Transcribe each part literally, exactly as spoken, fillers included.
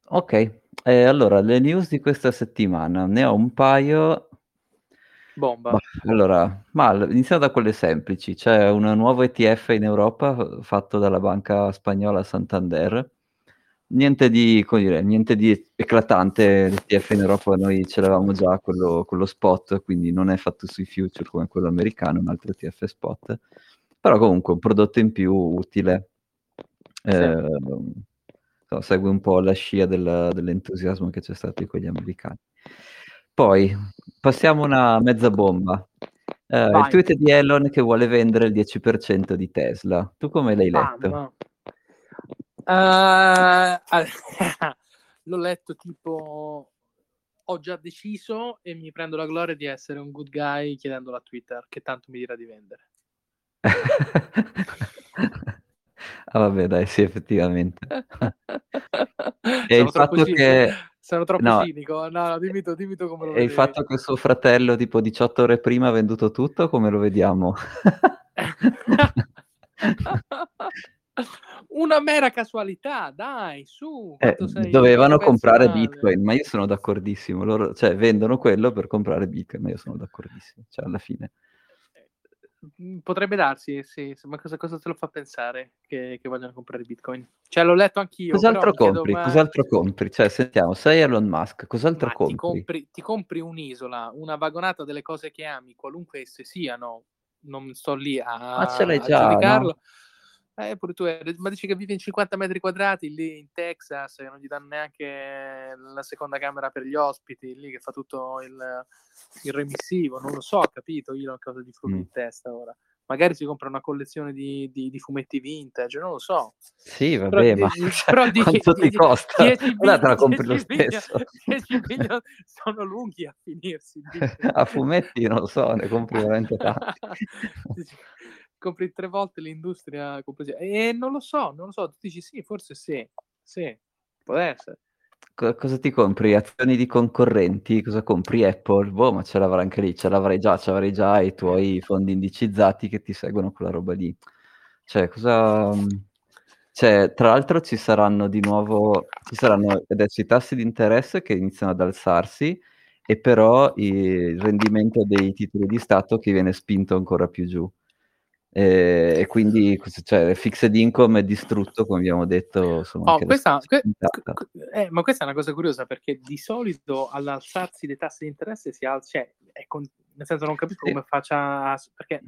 Ok, eh, allora le news di questa settimana, ne ho un paio. Bomba. Bah, allora, ma l- iniziamo da quelle semplici. C'è un nuovo E T F in Europa eh, fatto dalla banca spagnola Santander. Niente di, come dire, niente di eclatante, l'E T F in Europa noi ce l'avevamo già, quello, quello spot, quindi non è fatto sui future come quello americano, è un altro E T F spot. Però comunque un prodotto in più utile. Sì. Eh, so, segue un po' la scia del- dell'entusiasmo che c'è stato con gli americani. Poi passiamo a una mezza bomba. Eh, il Vai. tweet di Elon che vuole vendere il dieci per cento di Tesla. Tu come l'hai letto? Bam. Uh, l'ho letto tipo ho già deciso e mi prendo la gloria di essere un good guy chiedendolo a Twitter che tanto mi dirà di vendere. Ah, vabbè, dai, sì, effettivamente. E il sono troppo, fatto ci- che... sono troppo No, cinico. No, no, dimmi tu, dimmi tu come lo e il vedevi. fatto che suo fratello, tipo diciotto ore prima, ha venduto tutto, come lo vediamo? Una mera casualità, dai, su, Eh, quanto sei, quanto dovevano pensi comprare male. Bitcoin, ma io sono d'accordissimo. Loro, cioè, vendono quello per comprare Bitcoin, ma io sono d'accordissimo. Cioè, alla fine. Potrebbe darsi, sì, ma cosa, cosa te lo fa pensare che, che vogliono comprare Bitcoin? Cioè, l'ho letto anch'io, però Cos'altro mi chiedo, compri? ma, Cos'altro compri? Cioè, sentiamo, sei Elon Musk, cos'altro ma ti compri? compri, ti compri un'isola, una vagonata delle cose che ami, qualunque esse siano, non sto lì Ma ce l'hai a, a già, no? giudicarlo. Eh, pure tu, eri- ma dici che vivi in cinquanta metri quadrati lì in Texas, che non gli danno neanche la seconda camera per gli ospiti, lì che fa tutto il, il remissivo, non lo so, ho capito, io ho cosa di frulli Mm. in testa ora. Magari si compra una collezione di, di, di fumetti vintage, non lo so. Sì, Però, vabbè, ma di- cioè, però dici quanto ti 10, costa? 10, Allora te la bi- compri lo 10 milioni, stesso. 10 milioni sono lunghi a finirsi, dici. A fumetti, non lo so, ne compri veramente tanti. Dici, compri tre volte l'industria complessiva. E non lo so, non lo so, tu dici sì, forse sì, sì, può essere. Co- cosa ti compri? Azioni di concorrenti? Cosa compri? Apple? Boh, ma ce l'avrà anche lì, ce l'avrai già, ce l'avrai già i tuoi fondi indicizzati che ti seguono quella roba lì. Cioè, cosa... Cioè, tra l'altro ci saranno di nuovo, ci saranno adesso i tassi di interesse che iniziano ad alzarsi e però il rendimento dei titoli di Stato che viene spinto ancora più giù. E, e quindi, cos- cioè, fixed income è distrutto, come abbiamo detto, insomma, Oh, anche la questa, que- puntata. eh, ma questa è una cosa curiosa perché di solito all'alzarsi dei tassi di interesse si alza, cioè, è con- nel senso non capisco Sì. come faccia, perché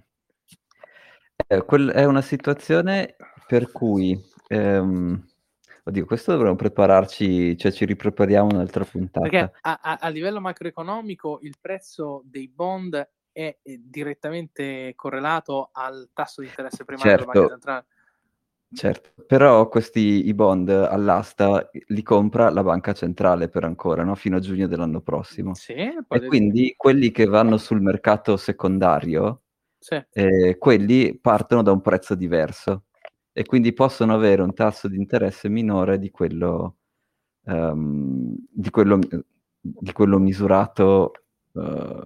Eh, quel- è una situazione per cui, ehm, oddio, questo dovremmo prepararci, cioè ci riprepariamo un'altra puntata. Perché a, a- a livello macroeconomico il prezzo dei bond è, è direttamente correlato al tasso di interesse primario della banca Certo, centrale. certo, però questi i bond all'asta li compra la banca centrale per ancora, no? Fino a giugno dell'anno prossimo. Sì, E poi quindi quelli che vanno sul mercato secondario, sì. eh, quelli partono da un prezzo diverso e quindi possono avere un tasso di interesse minore di quello, ehm, di quello, di quello misurato. eh,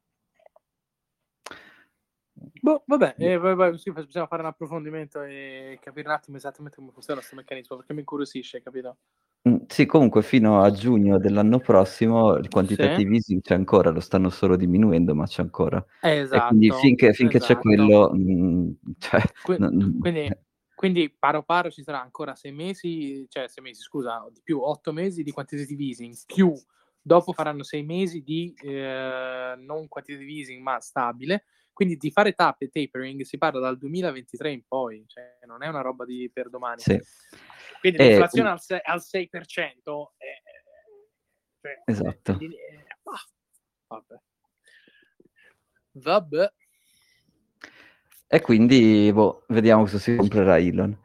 Boh, vabbè, eh, vai- vai, sì, possiamo fare un approfondimento e capire un attimo esattamente come funziona questo meccanismo, perché mi incuriosisce, capito? Mm, Sì, comunque fino a giugno dell'anno prossimo il Sì, quantitative easing c'è ancora, lo stanno solo diminuendo, ma c'è ancora. E quindi esatto, finché, finché c'è esatto. quello, mm, cioè, Qui- non- Quindi, quindi paro paro ci sarà ancora sei mesi, cioè sei mesi, scusa, di più, otto mesi di quantitative easing, più dopo faranno sei mesi di eh, non quantitative easing ma stabile, quindi di fare tap e tapering si parla dal duemilaventitré in poi, cioè non è una roba di per domani. sì. Quindi E, l'inflazione al, se- al sei per cento è, cioè, è- è esatto. lì- è- ah, vabbè. Vabbè. E quindi, boh, vediamo cosa si comprerà Elon.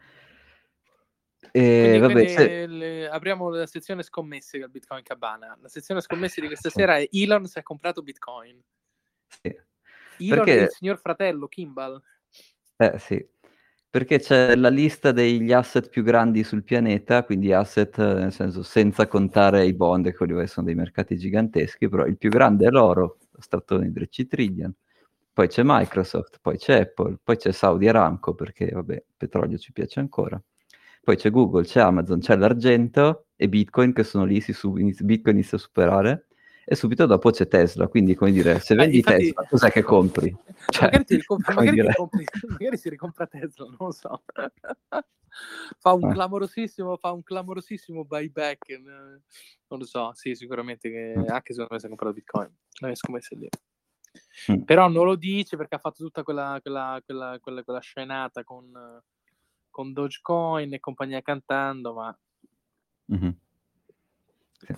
E Quindi, vabbè, quindi se... le- apriamo la sezione scommesse del Bitcoin Cabana. La sezione scommesse di questa sì, sera è Elon si è comprato Bitcoin. sì. Elon e il Perché signor fratello Kimball. Eh sì, perché c'è la lista degli asset più grandi sul pianeta, quindi asset eh, nel senso senza contare i bond, che quelli sono dei mercati giganteschi, però il più grande è l'oro, lo statone di dieci trillion, poi c'è Microsoft, poi c'è Apple, poi c'è Saudi Aramco, perché vabbè, il petrolio ci piace ancora, Poi c'è Google, c'è Amazon, c'è l'argento e Bitcoin che sono lì, si sub- inizia- Bitcoin inizia a superare e subito dopo c'è Tesla, quindi come dire, se Eh, vendi infatti, Tesla, cos'è che compri? Cioè, magari, ti ricompri, come magari, ti dire... ricompri, magari si ricompra Tesla, non lo so. fa, un eh. clamorosissimo, fa un clamorosissimo buyback. eh, Non lo so, sì, sicuramente che Mm. anche secondo me si è comprato Bitcoin. Non è scommesse lì. Mm. Però non lo dice perché ha fatto tutta quella, quella, quella, quella, quella scenata con, con Dogecoin e compagnia cantando, ma... Mm-hmm. Sì.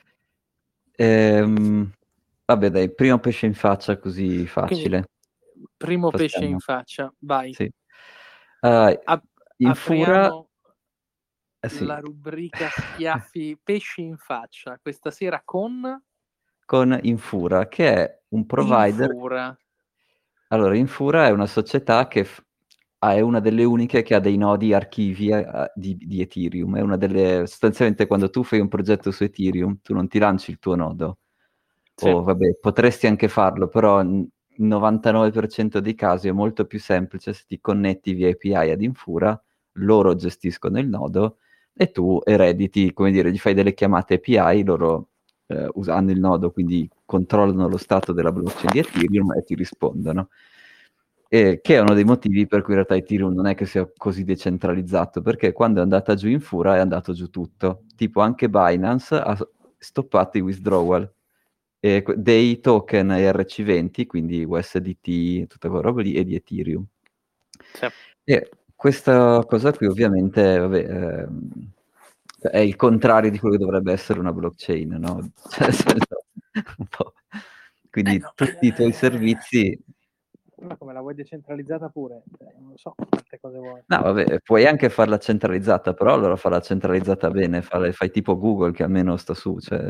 Ehm, vabbè dai, primo pesce in faccia così facile. Quindi, primo Passiamo. pesce in faccia, vai. Sì. Uh, Ap- in apriamo Fura... Eh sì, la rubrica schiaffi pesci in faccia questa sera con con Infura, che è un provider. Infura. Allora, Infura è una società che f- ah, è una delle uniche che ha dei nodi archivi eh, di, di Ethereum. È una delle... Sostanzialmente, quando tu fai un progetto su Ethereum, tu non ti lanci il tuo nodo. Sì. O vabbè, potresti anche farlo, però il novantanove per cento dei casi è molto più semplice se ti connetti via A P I ad Infura, loro gestiscono il nodo e tu erediti, come dire, gli fai delle chiamate A P I, loro eh, usano il nodo, quindi controllano lo stato della blockchain di Ethereum e ti rispondono. E che è uno dei motivi per cui in realtà Ethereum non è che sia così decentralizzato, perché quando è andata giù Infura è andato giù tutto. Tipo anche Binance ha stoppato i withdrawal eh, dei token E R C venti, quindi U S D T, tutta quella roba lì, e di Ethereum. Sì. E questa cosa qui ovviamente vabbè, ehm, è il contrario di quello che dovrebbe essere una blockchain, no? Cioè, nel senso, un po'. Quindi Eh, no, tutti i tuoi eh, servizi... ma come la vuoi decentralizzata pure? Eh, non lo so quante cose vuoi. No, vabbè, puoi anche farla centralizzata, però allora farla centralizzata bene, fai, fai tipo Google che almeno sta su, cioè...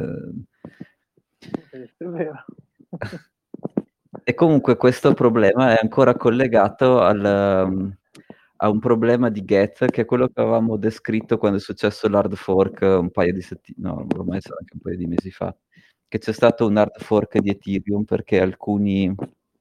È vero. E comunque questo problema è ancora collegato al, um, a un problema di Geth, che è quello che avevamo descritto quando è successo l'hard fork un paio di settimane, no, ormai sarà anche un paio di mesi fa, che c'è stato un hard fork di Ethereum perché alcuni...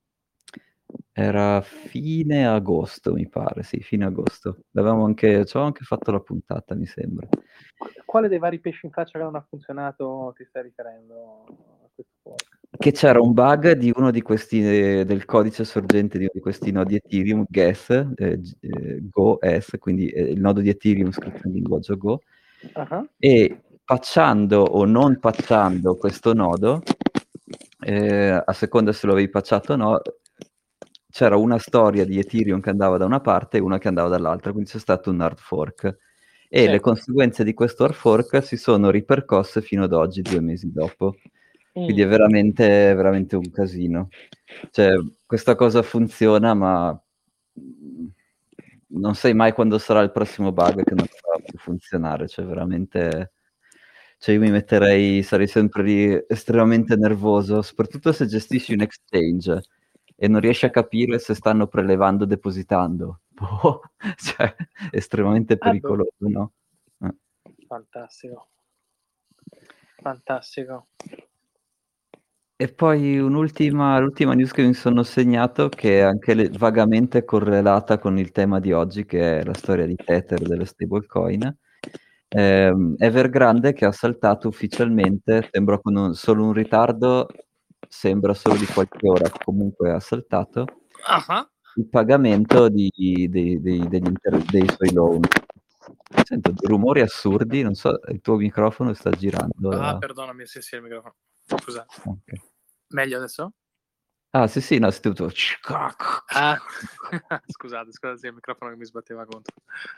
Era fine agosto, mi pare, sì, fine agosto. L'avevamo anche, ci avevamo anche fatto la puntata, mi sembra. Quale dei vari pesci in faccia che non ha funzionato ti stai riferendo a questo fork? Che c'era un bug di uno di questi, eh, del codice sorgente di uno di questi nodi Ethereum, Gas, eh, eh, GoS, quindi eh, il nodo di Ethereum scritto in linguaggio Go, uh-huh. e patchando o non patchando questo nodo, eh, a seconda se lo avevi patchato o no, c'era una storia di Ethereum che andava da una parte e una che andava dall'altra, quindi c'è stato un hard fork. E Sì. le conseguenze di questo hard fork si sono ripercosse fino ad oggi, due mesi dopo. Quindi è Mm. veramente, veramente un casino. Cioè, questa cosa funziona, ma non sai mai quando sarà il prossimo bug che non farà più funzionare. Cioè, veramente... Cioè, io mi metterei, sarei sempre lì estremamente nervoso, soprattutto se gestisci un exchange e non riesci a capire se stanno prelevando o depositando. Boh, cioè, estremamente Ah, boh. pericoloso, no? Eh. Fantastico. Fantastico. E poi un'ultima, l'ultima news che mi sono segnato, che è anche le- vagamente correlata con il tema di oggi, che è la storia di Tether delle stablecoin. Ehm, Evergrande che ha saltato ufficialmente, sembra con un- solo un ritardo, sembra solo di qualche ora, comunque ha saltato Uh-huh. il pagamento di- dei, dei- degli inter- dei suoi loan. Sento dei rumori assurdi, non so, il tuo microfono sta girando. Ah, da- perdonami, sì, sì, il microfono. Scusa. ok. Meglio adesso? Ah, sì, sì, no, è tutto... Ah, scusate, scusate, sì, il microfono che mi sbatteva contro.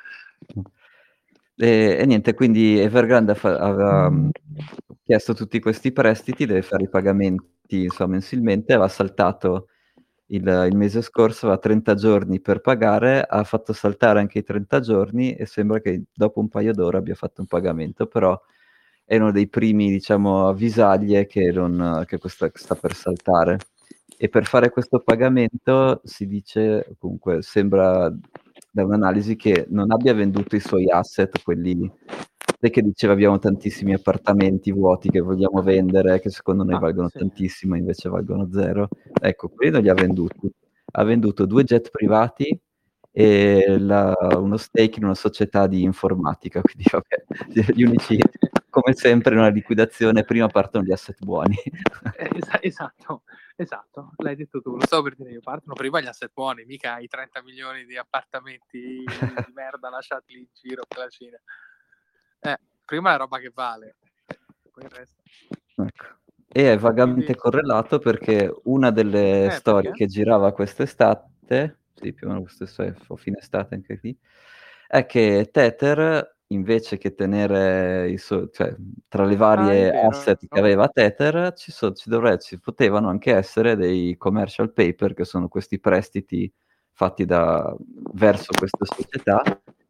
E, e niente, quindi Evergrande fa- aveva um, chiesto tutti questi prestiti, deve fare i pagamenti insomma, mensilmente, aveva saltato il, il mese scorso, aveva trenta giorni per pagare, ha fatto saltare anche i trenta giorni e sembra che dopo un paio d'ore abbia fatto un pagamento, però è uno dei primi, diciamo, avvisaglie che, non, che questa sta per saltare. E per fare questo pagamento si dice, comunque sembra da un'analisi che non abbia venduto i suoi asset, quelli sai che diceva abbiamo tantissimi appartamenti vuoti che vogliamo vendere, che secondo noi Ah, valgono sì. tantissimo, invece valgono zero. Ecco, quelli non li ha venduti. Ha venduto due jet privati e la uno stake in una società di informatica, quindi vabbè, gli unici come sempre in una liquidazione prima partono gli asset buoni. Eh, esa esatto, esatto, l'hai detto tu, lo stavo per dire io, partono prima gli asset buoni, mica i trenta milioni di appartamenti di merda lasciati lì in giro per la Cina. Eh, prima la roba che vale, poi il resto. Ecco. E è vagamente Quindi correlato perché una delle eh, storie perché? che girava quest'estate, sì, più o meno quest'estate, o fine estate anche qui, è che Tether, invece che tenere i so cioè, tra le Ah, è varie vero, asset che no? aveva Tether, ci so ci dovre ci potevano anche essere dei commercial paper, che sono questi prestiti fatti da verso queste società,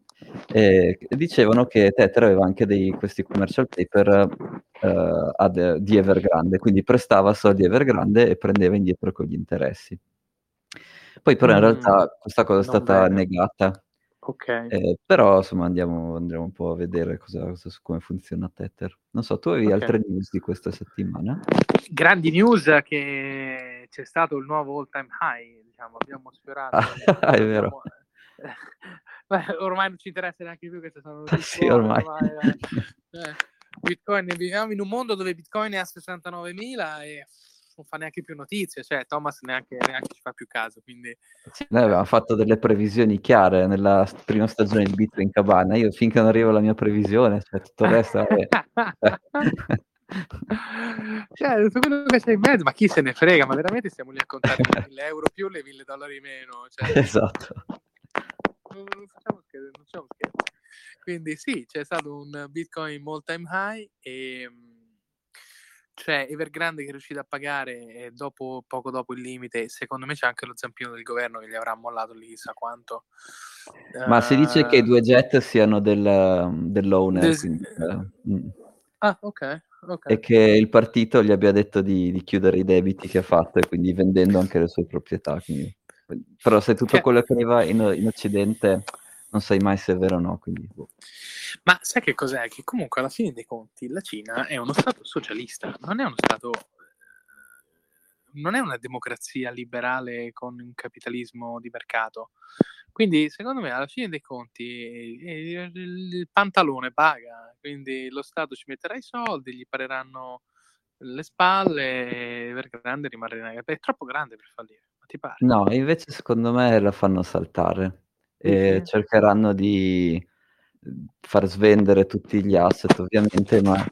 e e dicevano che Tether aveva anche dei questi commercial paper, ehm, ad di Evergrande, quindi prestava soldi a Evergrande e prendeva indietro con gli interessi. Poi però in Mh, realtà questa cosa è non stata bene. negata. Okay, Ehm, però insomma andiamo andremo un po' a vedere cosa cosa su come funziona Tether. Non so, tu avevi okay. altre news di questa settimana? Grandi news che c'è stato il nuovo all time high, diciamo, abbiamo Ah, sfiorato, è vero. abbiamo beh, ormai non ci interessa neanche più, queste sono notizie Sì, buone ormai. ormai, eh. Eh, Bitcoin viviamo in un mondo dove Bitcoin è a sessantanovemila e non fa neanche più notizie, cioè Thomas neanche neanche ci fa più caso, quindi Sì, noi eh. avevamo fatto delle previsioni chiare nella s prima stagione di Bitcoin Cabana. Io finché non arriva la mia previsione, cioè tutto il resto vabbè. Eh. Cioè, tutto quello che c'è in mezzo, ma chi se ne frega, ma veramente stiamo lì a contare le mille euro più, le mille dollari meno, cioè Esatto. non non facciamo scherzi, non facciamo scherzi. Quindi sì, c'è stato un Bitcoin all time high e c'è Evergrande che è riuscito a pagare e dopo, poco dopo il limite, secondo me c'è anche lo zampino del governo che gli avrà mollato lì chissà quanto. Ma si dice che i Uh, due jet siano del dell'owner, des- quindi eh, mh. ah, ok, ok. E che il partito gli abbia detto di di chiudere i debiti che ha fatto e quindi vendendo anche le sue proprietà, quindi però sai tutto Che... quello che arriva in in Occidente non sai mai se è vero o no, quindi boh. Ma sai che cos'è? Che comunque alla fine dei conti la Cina è uno stato socialista, non è uno stato, non è una democrazia liberale con un capitalismo di mercato. Quindi secondo me alla fine dei conti eh, il pantalone paga, quindi lo Stato ci metterà i soldi, gli pareranno le spalle, Evergrande rimarrà, è troppo grande per fallire, ma ti pare? No, invece secondo me la fanno saltare e Dici? cercheranno di, mhmm, far svendere tutti gli asset ovviamente, ma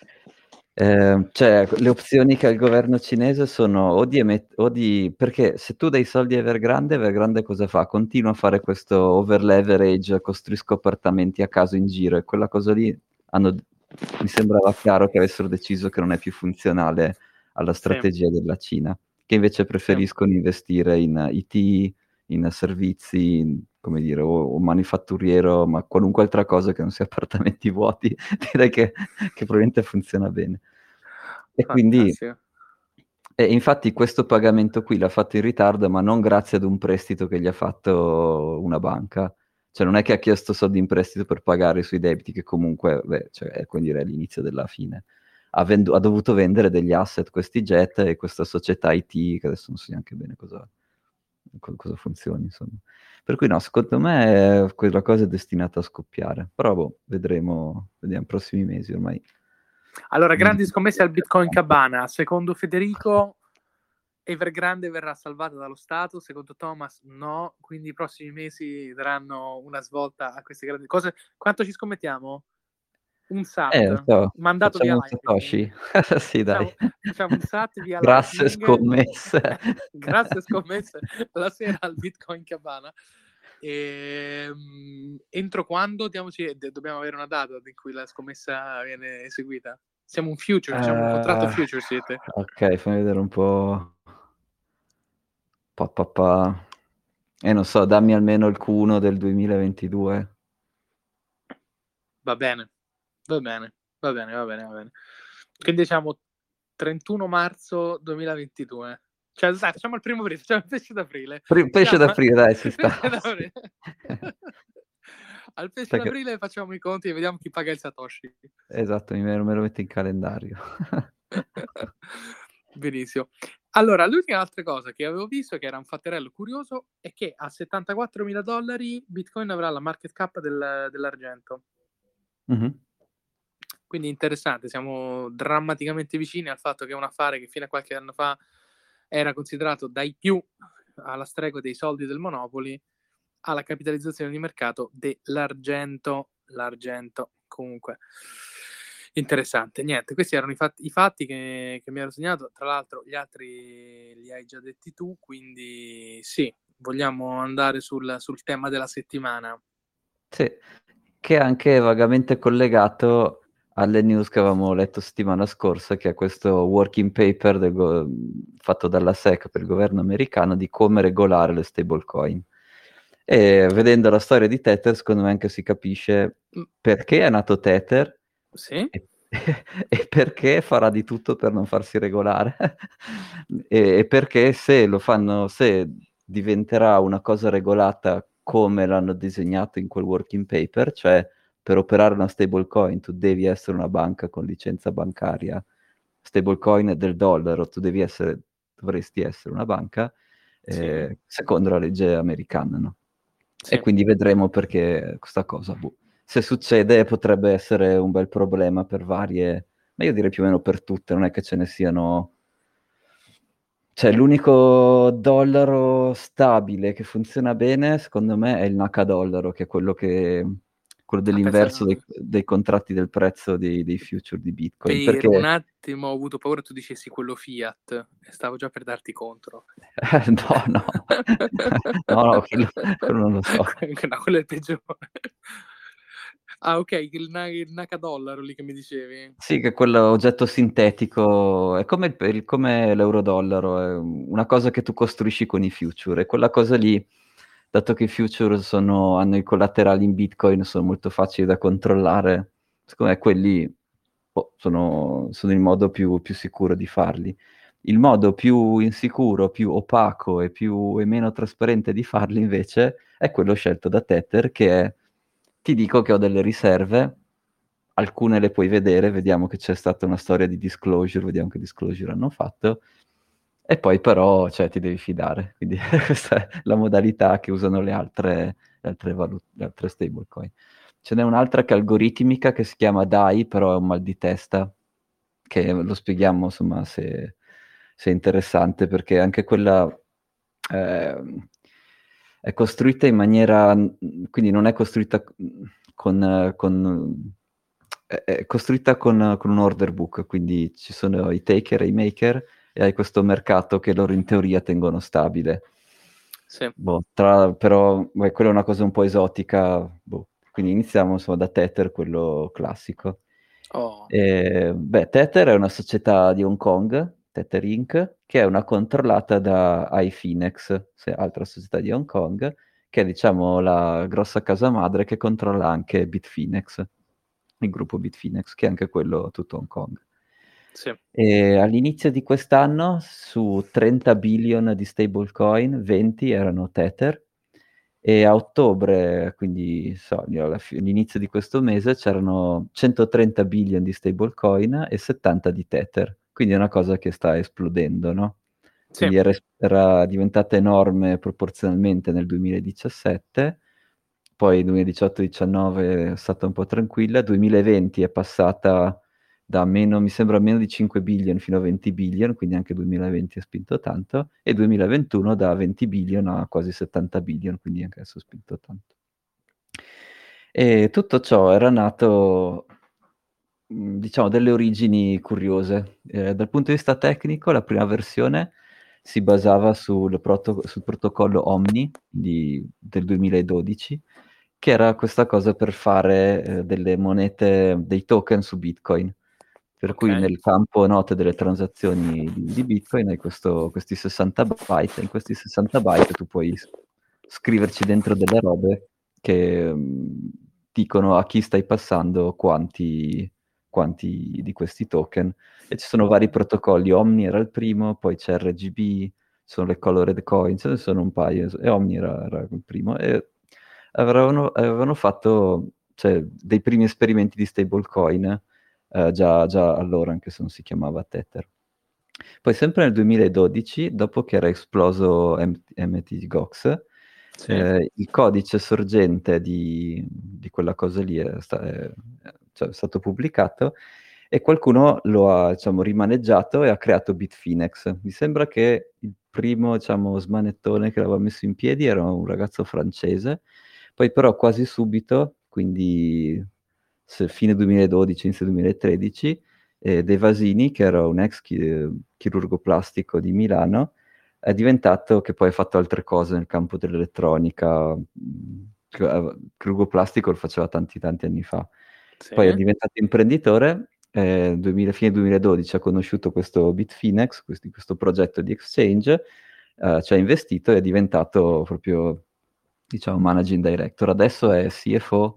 ehm, cioè le opzioni che ha il governo cinese sono o di emet o di perché se tu dai soldi a Evergrande, Evergrande cosa fa? Continua a fare questo over leverage, costruisco appartamenti a caso in giro e quella cosa lì hanno d mi sembrava chiaro che avessero deciso che non è più funzionale alla Sì, strategia della Cina, che invece sì. preferiscono investire in I T, in servizi, in come dire, o o manifatturiero, ma qualunque altra cosa che non sia appartamenti vuoti, direi che che probabilmente funziona bene. E quindi Fantastico. e infatti questo pagamento qui l'ha fatto in ritardo, ma non grazie ad un prestito che gli ha fatto una banca. Cioè non è che ha chiesto soldi in prestito per pagare i suoi debiti, che comunque, beh, cioè è come dire, è l'inizio della fine. Ha vendu ha dovuto vendere degli asset, questi jet e questa società I T, che adesso non so neanche bene cosa co cosa funzioni, insomma. Per cui no, secondo me eh, quella cosa è destinata a scoppiare. Però boh, vedremo vediamo i prossimi mesi ormai. Allora, Non grandi dipende scommesse al più Bitcoin tanto. Cabana. Secondo Federico, Evergrande verrà salvata dallo Stato. Secondo Thomas, no. Quindi i prossimi mesi daranno una svolta a queste grandi cose. Quanto ci scommettiamo? Un Eh, non S A T so, mandato via facciamo un Lightning. Satoshi? Sì dai. Facciamo, facciamo un S A T via Grasse Lightning. scommesse. Grazie scommesse la sera al Bitcoin Cabana. E, um, entro quando? Diamoci, dobbiamo avere una data in cui la scommessa viene eseguita. Siamo un future, diciamo un contratto Ehm, future siete. okay, fammi vedere un po'. Pa, pa, pa. Eh, non so, dammi almeno il Q uno del duemilaventidue. Va bene, va bene, va bene, va bene, va bene. Quindi diciamo trentuno marzo duemilaventidue. Cioè, dai, facciamo il primo aprile, facciamo il pesce d'aprile. Pri pesce Siamo d'aprile, dai, ci sta, pesce sì. d'aprile. Al pesce Perché d'aprile facciamo i conti e vediamo chi paga il Satoshi. esatto, mi me me lo metto in calendario. Benissimo. Allora, l'unica altra cosa che avevo visto, che era un fatterello curioso, è che a settantaquattromila dollari Bitcoin avrà la market cap del, dell'argento. Mm-hmm. Quindi interessante, siamo drammaticamente vicini al fatto che è un affare che fino a qualche anno fa era considerato dai più alla stregua dei soldi del Monopoli alla capitalizzazione di mercato dell'argento. L'argento, comunque. Interessante, niente, questi erano i fatti, i fatti che, che mi ero segnato, tra l'altro gli altri li hai già detti tu, quindi sì, vogliamo andare sul, sul tema della settimana. Sì, che è anche vagamente collegato alle news che avevamo letto settimana scorsa, che è questo working paper del go- fatto dalla S E C per il governo americano di come regolare le stablecoin. E vedendo la storia di Tether, secondo me anche si capisce perché è nato Tether Sì? e, e perché farà di tutto per non farsi regolare e, e perché se lo fanno, se diventerà una cosa regolata come l'hanno disegnato in quel working paper, cioè per operare una stablecoin tu devi essere una banca con licenza bancaria, stablecoin è del dollaro, tu devi essere, dovresti essere una banca, Sì, eh, secondo la legge americana, no? E sì. quindi vedremo perché questa cosa, boh, se succede potrebbe essere un bel problema per varie, ma io direi più o meno per tutte, non è che ce ne siano. Cioè, l'unico dollaro stabile che funziona bene, secondo me, è il Nakadollaro, che è quello che quello Ah, dell'inverso dei, pensa- dei contratti del prezzo dei, dei future di Bitcoin. per un Perché attimo ho avuto paura tu dicessi quello Fiat e stavo già per darti contro. no, no, no, no, quello, quello non lo so. No, quello è il peggiore. Ah, ok, il, na- il Nakadollaro lì che mi dicevi. Sì, che quell'oggetto sintetico è come, il, il- come l'euro-dollaro, è una cosa che tu costruisci con i future. E quella cosa lì, dato che i future sono- hanno i collaterali in Bitcoin, sono molto facili da controllare, secondo me quelli boh, sono, sono il modo più, più sicuro di farli. Il modo più insicuro, più opaco e, più, e meno trasparente di farli, invece, è quello scelto da Tether, che è, ti dico che ho delle riserve, alcune le puoi vedere, vediamo che c'è stata una storia di disclosure, vediamo che disclosure hanno fatto, e poi però, cioè, ti devi fidare, quindi questa è la modalità che usano le altre, le altre, valut- le altre stablecoin. Ce n'è un'altra che è algoritmica che si chiama D A I, però è un mal di testa, che lo spieghiamo, insomma, se, se è interessante, perché anche quella eh, è costruita in maniera, quindi non è costruita con, con- è è costruita con, con un order book, quindi ci sono i taker e i maker, e hai questo mercato che loro in teoria tengono stabile. Sì. Boh, tra- però beh, quella è una cosa un po' esotica, boh. Quindi iniziamo insomma, da Tether, quello classico. Oh, E, beh, Tether è una società di Hong Kong, Tether inc, che è una controllata da iFinex, se- altra società di Hong Kong, che è diciamo la grossa casa madre che controlla anche Bitfinex, il gruppo Bitfinex, che è anche quello tutto Hong Kong. sì. E all'inizio di quest'anno su trenta billion di stablecoin, venti erano Tether e a ottobre, quindi so, alla fi- all'inizio di questo mese, c'erano centotrenta billion di stablecoin e settanta di Tether, quindi è una cosa che sta esplodendo, no? Sì. Quindi era, era diventata enorme proporzionalmente nel duemiladiciassette, poi duemiladiciotto-diciannove è stata un po' tranquilla, duemilaventi è passata da meno, mi sembra meno di cinque billion fino a venti billion, quindi anche duemilaventi ha spinto tanto, e duemilaventuno da venti billion a quasi settanta billion, quindi anche adesso ha spinto tanto. E tutto ciò era nato, mh, diciamo, delle origini curiose. Eh, dal punto di vista tecnico, la prima versione si basava sul, proto- sul protocollo Omni di- del duemiladodici, che era questa cosa per fare eh, delle monete, dei token su Bitcoin. Per cui Ok. nel campo note delle transazioni di, di Bitcoin hai questo- questi sessanta byte, e in questi sessanta byte tu puoi s- scriverci dentro delle robe che mh, dicono a chi stai passando quanti, quanti di questi token. E ci sono vari protocolli, Omni era il primo, poi c'è R G B, ci sono le colored coins, ce ne sono un paio, e Omni era, era il primo. E avevano, avevano fatto cioè, dei primi esperimenti di stablecoin eh, già, già allora, anche se non si chiamava Tether. Poi sempre nel duemiladodici, dopo che era esploso M- M T Gox, Sì. eh, il codice sorgente di, di quella cosa lì è, sta- è- cioè, è stato pubblicato e qualcuno lo ha, diciamo, rimaneggiato e ha creato Bitfinex. Mi sembra che il primo, diciamo, smanettone che l'aveva messo in piedi era un ragazzo francese, poi però quasi subito, quindi se- fine duemiladodici, inizio duemilatredici, eh, De Vasini, che era un ex chi- chirurgo plastico di Milano, è diventato, che poi ha fatto altre cose nel campo dell'elettronica, mh, che- eh, chirurgo plastico lo faceva tanti tanti anni fa. Poi è Sì. diventato imprenditore, eh, duemila fine duemiladodici ha conosciuto questo Bitfinex, questi- questo progetto di exchange, eh, ci ha investito e è diventato proprio, diciamo, managing director. Adesso è C F O,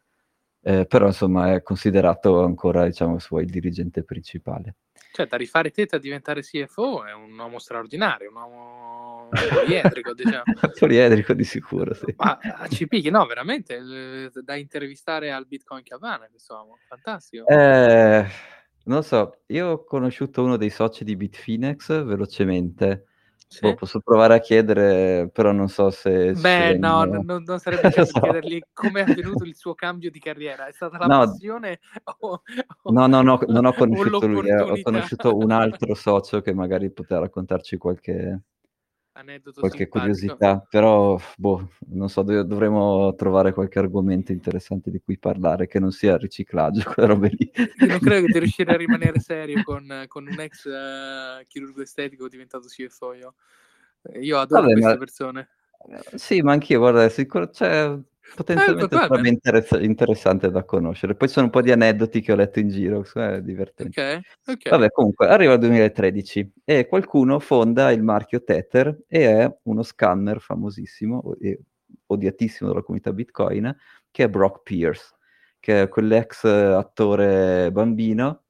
eh, però insomma è considerato ancora, diciamo, suo il dirigente principale. Cioè, da rifare te a diventare C F O è un uomo straordinario, un uomo poliedrico, diciamo. Poliedrico di sicuro, sì. Ma ci picchi, no, veramente, eh, da intervistare al Bitcoin Cabana, quest'uomo, fantastico. Eh, non so, io ho conosciuto uno dei soci di Bitfinex velocemente. Boh, Sì? posso provare a chiedere, però non so se ci Beh, no, saranno... non, non- non sarebbe il Lo caso di so. chiedergli come è avvenuto il suo cambio di carriera. È stata la No, passione o, o- no, no, no, non ho o conosciuto lui, eh, ho l'opportunità? conosciuto un altro socio che magari poteva raccontarci qualche, Aneddoto qualche simpatico. curiosità, però, boh, non so, dov- dovremmo trovare qualche argomento interessante di cui parlare, che non sia il riciclaggio, quelle robe lì. Io non credo che riuscirei a rimanere serio con, con un ex eh, chirurgo estetico diventato C F O. Io, io adoro Vabbè, ma queste persone. sì, ma anch'io, guarda, sicur- cioè, Eh, potenzialmente vabbè, sarebbe interess- interessante da conoscere. Poi ci sono un po' di aneddoti che ho letto in giro, che è divertente. ok, ok. Vabbè, comunque, arriva il duemilatredici e qualcuno fonda il marchio Tether e è uno scammer famosissimo e odiatissimo dalla comunità Bitcoin, che è Brock Pierce, che è quell'ex attore bambino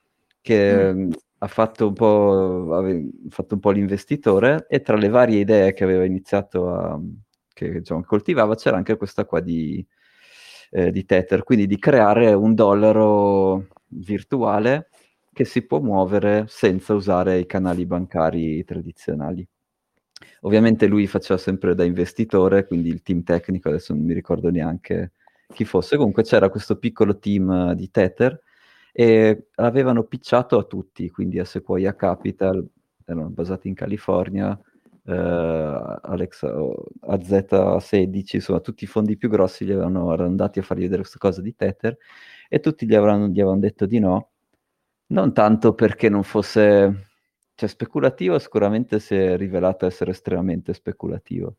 Mm, che mh, ha fatto un po', ave- fatto un po' l'investitore e tra le varie idee che aveva iniziato a, che diciamo, coltivava c'era anche questa qua di, eh, di Tether, quindi di creare un dollaro virtuale che si può muovere senza usare i canali bancari tradizionali. Ovviamente lui faceva sempre da investitore, quindi il team tecnico, adesso non mi ricordo neanche chi fosse, comunque c'era questo piccolo team eh, di Tether e l'avevano pitchato a tutti, quindi a Sequoia Capital, erano basati in California, eh, Alex, A Z sedici, insomma tutti i fondi più grossi gli avevano, erano andati a fargli vedere questa cosa di Tether e tutti gli avevano, gli avevano detto di no, non tanto perché non fosse, cioè speculativo sicuramente si è rivelato essere estremamente speculativo,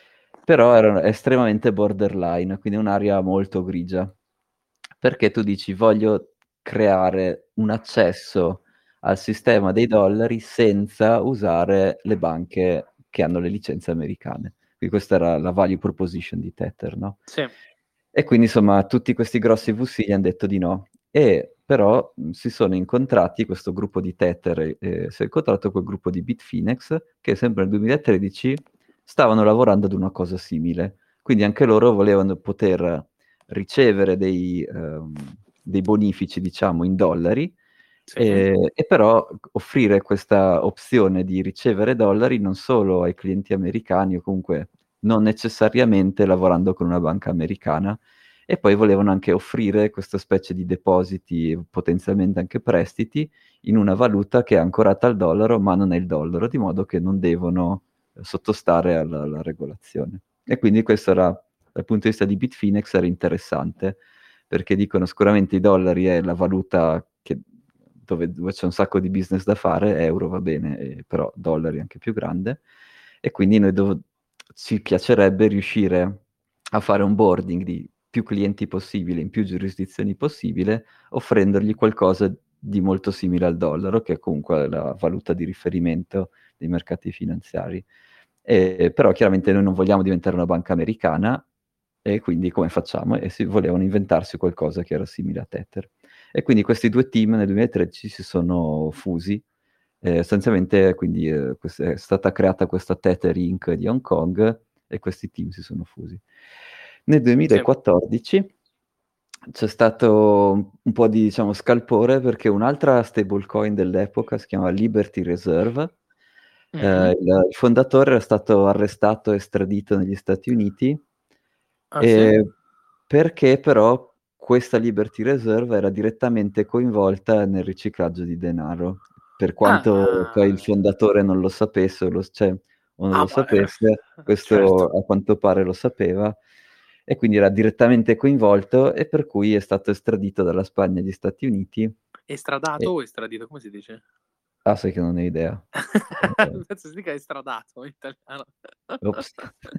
però era estremamente borderline, quindi un'area molto grigia, perché tu dici voglio creare un accesso al sistema dei dollari senza usare le banche che hanno le licenze americane. Quindi questa era la value proposition di Tether, no? sì. E quindi insomma tutti questi grossi V C gli hanno detto di no. E però mh, si sono incontrati, questo gruppo di Tether eh, eh, si è incontrato col gruppo di Bitfinex, che sempre nel duemilatredici stavano lavorando ad una cosa simile. Quindi anche loro volevano poter ricevere dei, ehm, dei bonifici, diciamo, in dollari, Sì. e, e però offrire questa opzione di ricevere dollari non solo ai clienti americani o comunque non necessariamente lavorando con una banca americana, e poi volevano anche offrire questa specie di depositi e potenzialmente anche prestiti in una valuta che è ancorata al dollaro, ma non è il dollaro, di modo che non devono eh, sottostare alla, alla regolazione. E quindi questo era, dal punto di vista di Bitfinex, era interessante, perché dicono sicuramente i dollari è la valuta che, dove, dove c'è un sacco di business da fare, euro va bene, eh, però dollari è anche più grande, e quindi noi dov- ci piacerebbe riuscire a fare un boarding di più clienti possibile, in più giurisdizioni possibile, offrendogli qualcosa di molto simile al dollaro, che è comunque la valuta di riferimento dei mercati finanziari. E, però chiaramente noi non vogliamo diventare una banca americana e quindi come facciamo? E si volevano inventarsi qualcosa che era simile a Tether. E quindi questi due team nel duemilatredici si sono fusi. Eh, sostanzialmente quindi eh, quest- è stata creata questa Tether inc di Hong Kong e questi team si sono fusi. Nel Sì. duemilaquattordici c'è stato un po' di, diciamo, scalpore perché un'altra stablecoin dell'epoca si chiama Liberty Reserve. Mm. Eh, il, il fondatore era stato arrestato e estradito negli Stati Uniti, Ah sì? e perché però questa Liberty Reserve era direttamente coinvolta nel riciclaggio di denaro. Per quanto poi il Ah, fondatore non lo sapesse o, lo, cioè, o non ah lo ma eh, sapesse, questo certo. a quanto pare lo sapeva, e quindi era direttamente coinvolto e per cui è stato estradito dalla Spagna agli Stati Uniti. Estradato E... o estradito? Come si dice? Ah, sai che non ho idea. Eh, Penso si dica estradato in italiano. ops.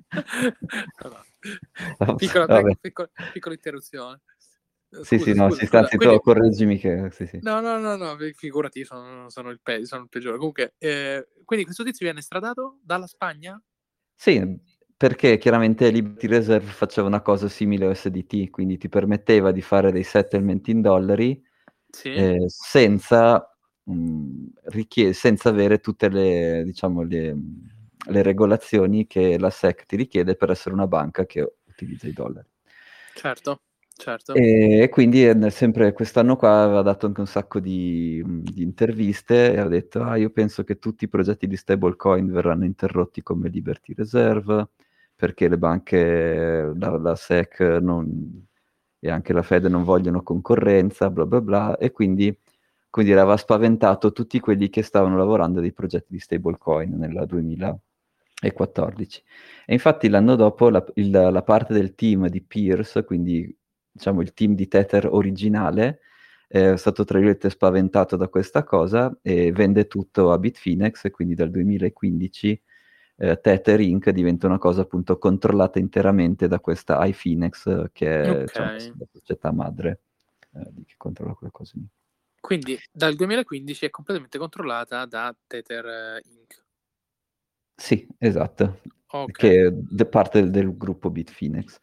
No, no. Ops, Piccola, vabbè. piccola, piccola, piccola interruzione. Eh, Sì, sì, Scusa, no, scusa, si sta, scusa. anzi, tu Quindi, correggimi che... Sì, sì. no, no, no, no, fi- figurati, sono, sono il peggio, sono il peggiore. Comunque, eh, quindi questo tizio viene estradato dalla Spagna? Sì, perché chiaramente Liberty Reserve faceva una cosa simile a U S D T, quindi ti permetteva di fare dei settlement in dollari Sì. eh, senza, mh, richie- senza avere tutte le, diciamo, le, le regolazioni che la S E C ti richiede per essere una banca che utilizza i dollari. Certo, certo. E quindi eh, nel- sempre quest'anno qua aveva dato anche un sacco di, di interviste e ha detto: ah, io penso che tutti i progetti di stablecoin verranno interrotti come Liberty Reserve, perché le banche, la, la S E C non- e anche la Fed non vogliono concorrenza, bla bla bla, e quindi, quindi aveva spaventato tutti quelli che stavano lavorando a dei progetti di stablecoin nel duemilaquattordici. E infatti l'anno dopo la, il- la parte del team di Pierce, quindi diciamo il team di Tether originale, è stato tra virgolette spaventato da questa cosa e vende tutto a Bitfinex, e quindi dal duemilaquindici eh, Tether inc diventa una cosa appunto controllata interamente da questa iFinex, eh, che è Ok. diciamo, la società madre eh, di- che controlla quelle cose lì. Quindi dal duemilaquindici è completamente controllata da Tether eh, inc. Sì, esatto, Ok. che è parte del, del gruppo Bitfinex.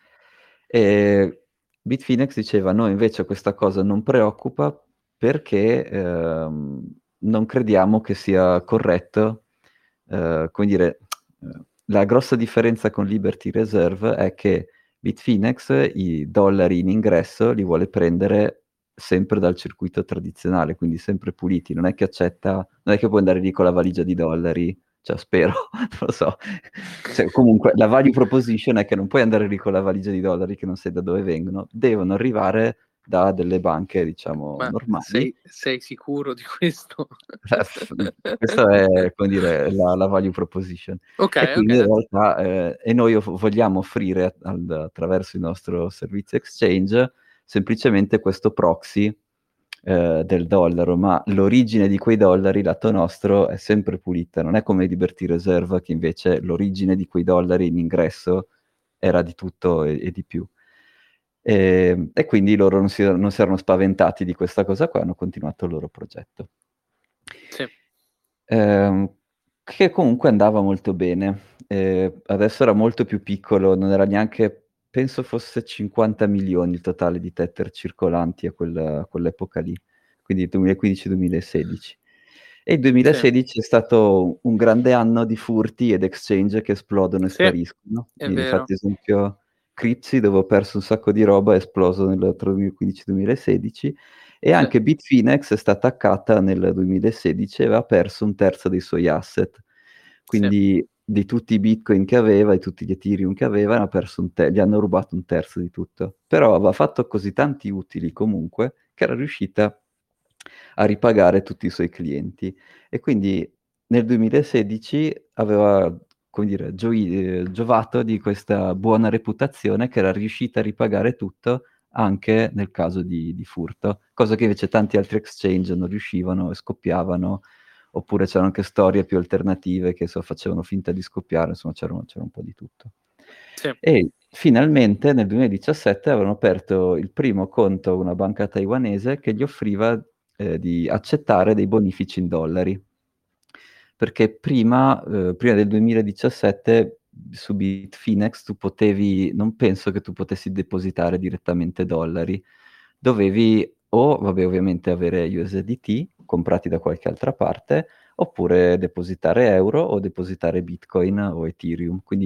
E Bitfinex diceva: noi invece questa cosa non preoccupa perché ehm, non crediamo che sia corretto, eh, come dire, eh, la grossa differenza con Liberty Reserve è che Bitfinex i dollari in ingresso li vuole prendere sempre dal circuito tradizionale, quindi sempre puliti, non è che accetta, non è che puoi andare lì con la valigia di dollari, cioè spero, non lo so. Cioè, comunque la value proposition è che non puoi andare lì con la valigia di dollari che non sai da dove vengono, devono arrivare da delle banche, diciamo, Ma normali. sei, sei sicuro di questo? Questa è, come dire, la, la value proposition. Ok, E ok. quindi in realtà, eh, e noi ov- vogliamo offrire al- attraverso il nostro servizio exchange semplicemente questo proxy eh, del dollaro, ma l'origine di quei dollari, lato nostro, è sempre pulita. Non è come Liberty Reserve, che invece l'origine di quei dollari in ingresso era di tutto e, e di più. E, e quindi loro non si, non si erano spaventati di questa cosa qua, hanno continuato il loro progetto. Sì, Ehm, che comunque andava molto bene. Eh, adesso era molto più piccolo, non era neanche, penso fosse cinquanta milioni il totale di tether circolanti a, quella- a quell'epoca lì, quindi duemilaquindici-duemilasedici. E il sì, duemilasedici è stato un grande anno di furti ed exchange che esplodono e sì, spariscono. è Mi vero. fate esempio Crypsi, dove ho perso un sacco di roba, è esploso nel tra duemilaquindici-duemilasedici, e Sì, anche Bitfinex è stata hackata nel duemilasedici e aveva perso un terzo dei suoi asset. sì, Quindi di tutti i Bitcoin che aveva, di tutti gli Ethereum che aveva, ne ha perso un te- gli hanno rubato un terzo di tutto. Però aveva fatto così tanti utili comunque che era riuscita a ripagare tutti i suoi clienti. E quindi nel duemilasedici aveva, come dire, gioi- eh, giovato di questa buona reputazione che era riuscita a ripagare tutto anche nel caso di, di furto, cosa che invece tanti altri exchange non riuscivano e scoppiavano, oppure c'erano anche storie più alternative che so, facevano finta di scoppiare, insomma c'era, un c'era un po' di tutto. sì, E finalmente nel duemiladiciassette avevano aperto il primo conto a una banca taiwanese che gli offriva eh, di accettare dei bonifici in dollari. Perché prima, eh, prima del duemiladiciassette su Bitfinex tu potevi, non penso che tu potessi depositare direttamente dollari, dovevi o, vabbè, ovviamente avere U S D T comprati da qualche altra parte, oppure depositare euro o depositare Bitcoin o Ethereum. Quindi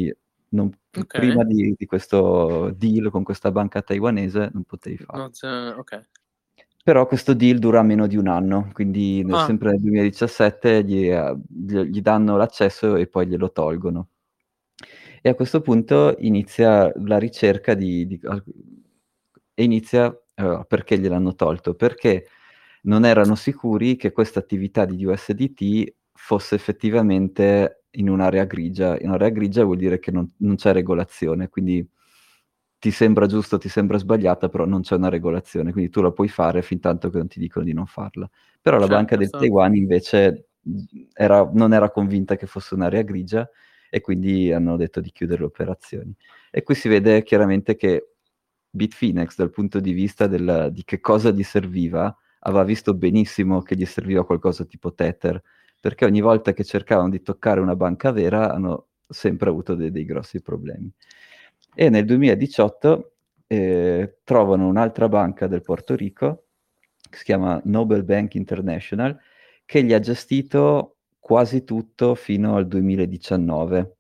Non, Ok. prima di, di questo deal con questa banca taiwanese non potevi farlo. Non c'è- ok. Però questo deal dura meno di un anno, quindi nel- Ah, sempre nel duemiladiciassette gli, eh, gli- gli danno l'accesso e poi glielo tolgono. E a questo punto inizia la ricerca di... di- e inizia... eh, perché gliel'hanno tolto? Perché non erano sicuri che questa attività di U S D T fosse effettivamente in un'area grigia. In un'area grigia vuol dire che non, non c'è regolazione, quindi ti sembra giusto, ti sembra sbagliata, però non c'è una regolazione, quindi tu la puoi fare fin tanto che non ti dicono di non farla. Però la Banca certo, del sta- Taiwan invece era- non era convinta che fosse un'area grigia e quindi hanno detto di chiudere le operazioni. E qui si vede chiaramente che Bitfinex, dal punto di vista del- di che cosa gli serviva, aveva visto benissimo che gli serviva qualcosa tipo Tether, perché ogni volta che cercavano di toccare una banca vera hanno sempre avuto dei, dei grossi problemi. E nel duemiladiciotto eh, trovano un'altra banca del Porto Rico, che si chiama Noble Bank International, che gli ha gestito quasi tutto fino al duemiladiciannove.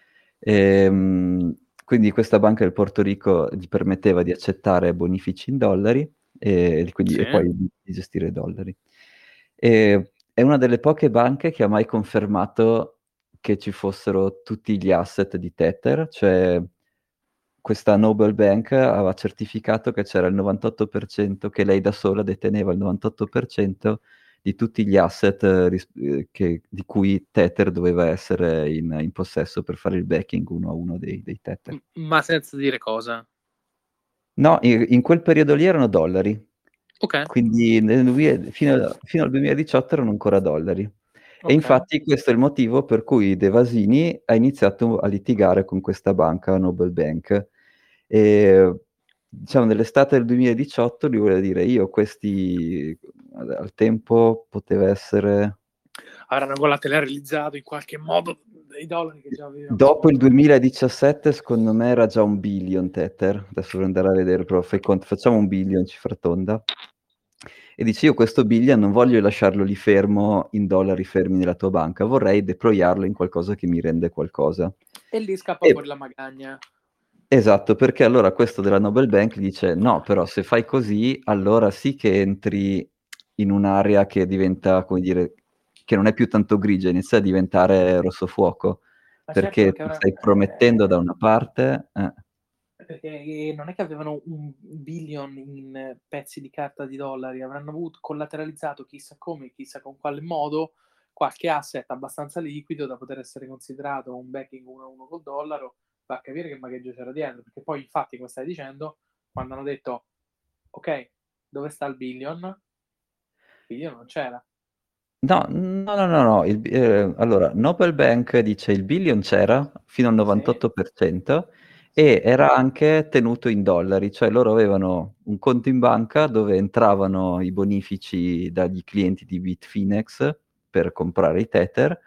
Ehm, quindi questa banca del Porto Rico gli permetteva di accettare bonifici in dollari e, quindi, sì. e poi di, di gestire dollari. E, è una delle poche banche che ha mai confermato che ci fossero tutti gli asset di Tether, cioè questa Noble Bank aveva certificato che c'era il novantotto per cento, che lei da sola deteneva il novantotto per cento di tutti gli asset eh, ris- eh, che- di cui Tether doveva essere in, in possesso per fare il backing uno a uno dei, dei Tether. M- Ma senza dire cosa. No, in, in quel periodo lì erano dollari, Ok, quindi nel duemila fino, a- fino al duemiladiciotto erano ancora dollari. E ok. infatti questo è il motivo per cui De Vasini ha iniziato a litigare con questa banca, Noble Bank. E diciamo nell'estate del duemiladiciotto lui voleva dire io questi al tempo poteva essere Avranno collateralizzato in qualche modo dei dollari che già avevano dopo il sotto. duemiladiciassette secondo me era già un billion Tether, adesso devo andare a vedere, però fai conto, facciamo un billion cifra tonda. E dici io questo billion non voglio lasciarlo lì fermo in dollari fermi nella tua banca, vorrei deployarlo in qualcosa che mi rende qualcosa. E lì scappa fuori E la magagna. esatto, perché allora questo della Nobel Bank dice no, però se fai così, allora sì che entri in un'area che diventa, come dire, che non è più tanto grigia, inizia a diventare rosso fuoco, Ma certo, perché perché ti avranno, stai promettendo da una parte, eh, perché non è che avevano un billion in pezzi di carta di dollari, avranno avuto collateralizzato chissà come, chissà con quale modo, qualche asset abbastanza liquido da poter essere considerato un backing uno a uno col dollaro, va a capire che magheggio c'era dietro, perché poi infatti, come stai dicendo, quando hanno detto ok, dove sta il billion? Il billion non c'era. no, no, no, no, no. Il- eh, allora, Nobel Bank dice il billion c'era fino al Sì, novantotto per cento sì, e era anche tenuto in dollari, cioè loro avevano un conto in banca dove entravano i bonifici dagli clienti di Bitfinex per comprare i Tether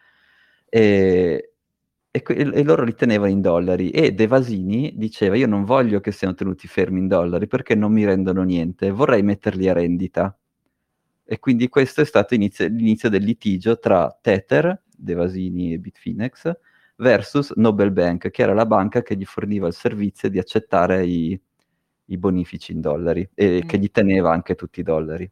e, e que- e loro li tenevano in dollari e De Vasini diceva io non voglio che siano tenuti fermi in dollari perché non mi rendono niente, vorrei metterli a rendita. E quindi questo è stato inizio- l'inizio del litigio tra Tether, De Vasini e Bitfinex, versus Nobel Bank, che era la banca che gli forniva il servizio di accettare i, i bonifici in dollari e che mm, gli teneva anche tutti i dollari.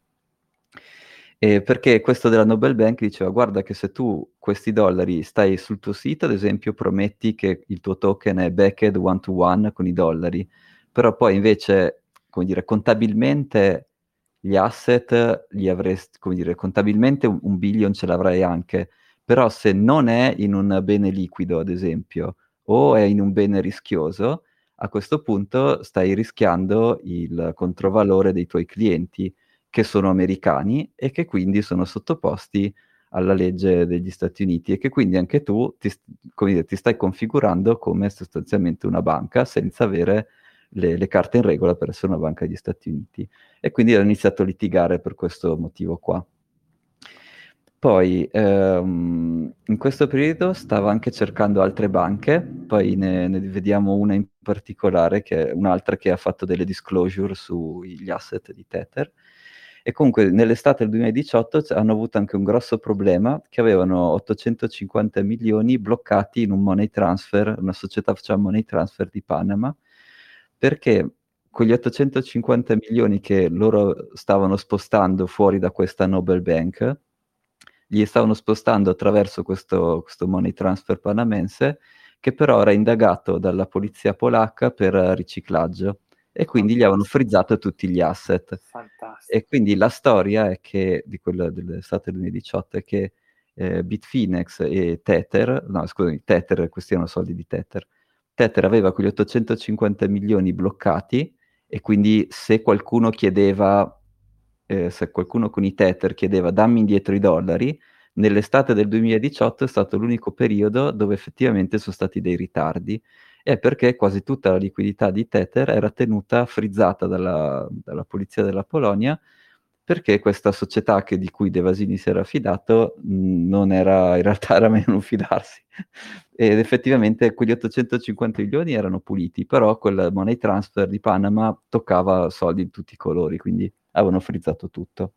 E perché questo della Nobel Bank diceva, guarda che se tu questi dollari stai sul tuo sito, ad esempio, prometti che il tuo token è backed one to one con i dollari, però poi invece, come dire, contabilmente gli asset li avresti, come dire, contabilmente un, un billion ce l'avrai anche, però se non è in un bene liquido, ad esempio, o è in un bene rischioso, a questo punto stai rischiando il controvalore dei tuoi clienti che sono americani e che quindi sono sottoposti alla legge degli Stati Uniti e che quindi anche tu ti, come dire, ti stai configurando come sostanzialmente una banca senza avere le, le carte in regola per essere una banca degli Stati Uniti. E quindi ho iniziato a litigare per questo motivo qua. Poi ehm, in questo periodo stavo anche cercando altre banche, poi ne, ne vediamo una in particolare, che è un'altra che ha fatto delle disclosure sugli asset di Tether. E comunque nell'estate del duemiladiciotto c- hanno avuto anche un grosso problema, che avevano ottocentocinquanta milioni bloccati in un money transfer, una società faceva money transfer di Panama, perché quegli ottocentocinquanta milioni che loro stavano spostando fuori da questa Nobel Bank, li stavano spostando attraverso questo, questo money transfer panamense, che però era indagato dalla polizia polacca per riciclaggio e quindi gli avevano Fantastico. frizzato tutti gli asset. E Fantastico. quindi la storia è che, di quella dell'estate duemiladiciotto, è che eh, Bitfinex e Tether, no scusami, Tether, questi erano soldi di Tether, Tether aveva quegli ottocentocinquanta milioni bloccati e quindi se qualcuno chiedeva, eh, se qualcuno con i Tether chiedeva dammi indietro i dollari, nell'estate del duemiladiciotto è stato l'unico periodo dove effettivamente sono stati dei ritardi, è perché quasi tutta la liquidità di Tether era tenuta frizzata dalla, dalla polizia della Polonia, perché questa società che, di cui De Vasini si era fidato mh, non era, in realtà era meglio non fidarsi. Ed effettivamente quegli ottocentocinquanta milioni erano puliti, però quel money transfer di Panama toccava soldi di tutti i colori, quindi avevano frizzato tutto.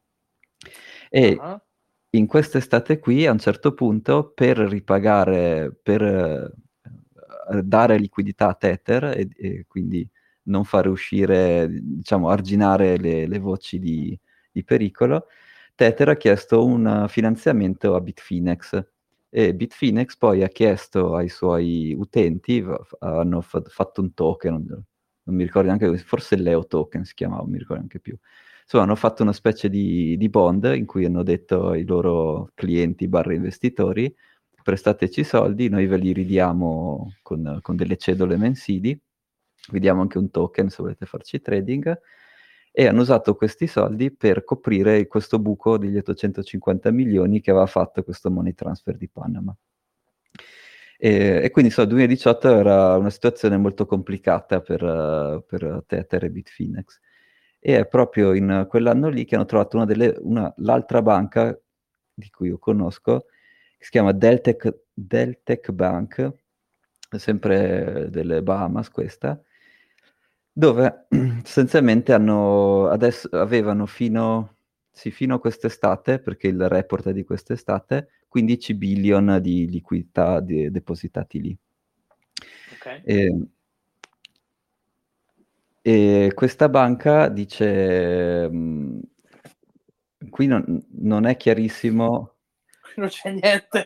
E Ah, in quest'estate qui, a un certo punto, per ripagare, per eh, dare liquidità a Tether e, e quindi non fare uscire, diciamo, arginare le, le voci di, di pericolo, Tether ha chiesto un finanziamento a Bitfinex e Bitfinex poi ha chiesto ai suoi utenti, v- hanno fa- fatto un token, non, non mi ricordo neanche, forse il Leo token si chiamava, non mi ricordo neanche più. Insomma, hanno fatto una specie di, di bond in cui hanno detto ai loro clienti barra investitori, prestateci i soldi, noi ve li ridiamo con, con delle cedole mensili, vi diamo anche un token se volete farci trading, e hanno usato questi soldi per coprire questo buco degli ottocentocinquanta milioni che aveva fatto questo money transfer di Panama. E, e quindi so, duemiladiciotto era una situazione molto complicata per, eh, per Tether e Bitfinex. E è proprio in quell'anno lì che hanno trovato una delle, una- l'altra banca di cui io conosco, che si chiama Deltec, Deltec Bank, è sempre delle Bahamas questa, dove sostanzialmente hanno, adesso avevano fino, sì, fino a quest'estate, perché il report è di quest'estate, quindici billion di liquidità de- depositati lì. ok. E, e questa banca dice, mh, qui non, non è chiarissimo. Non c'è niente.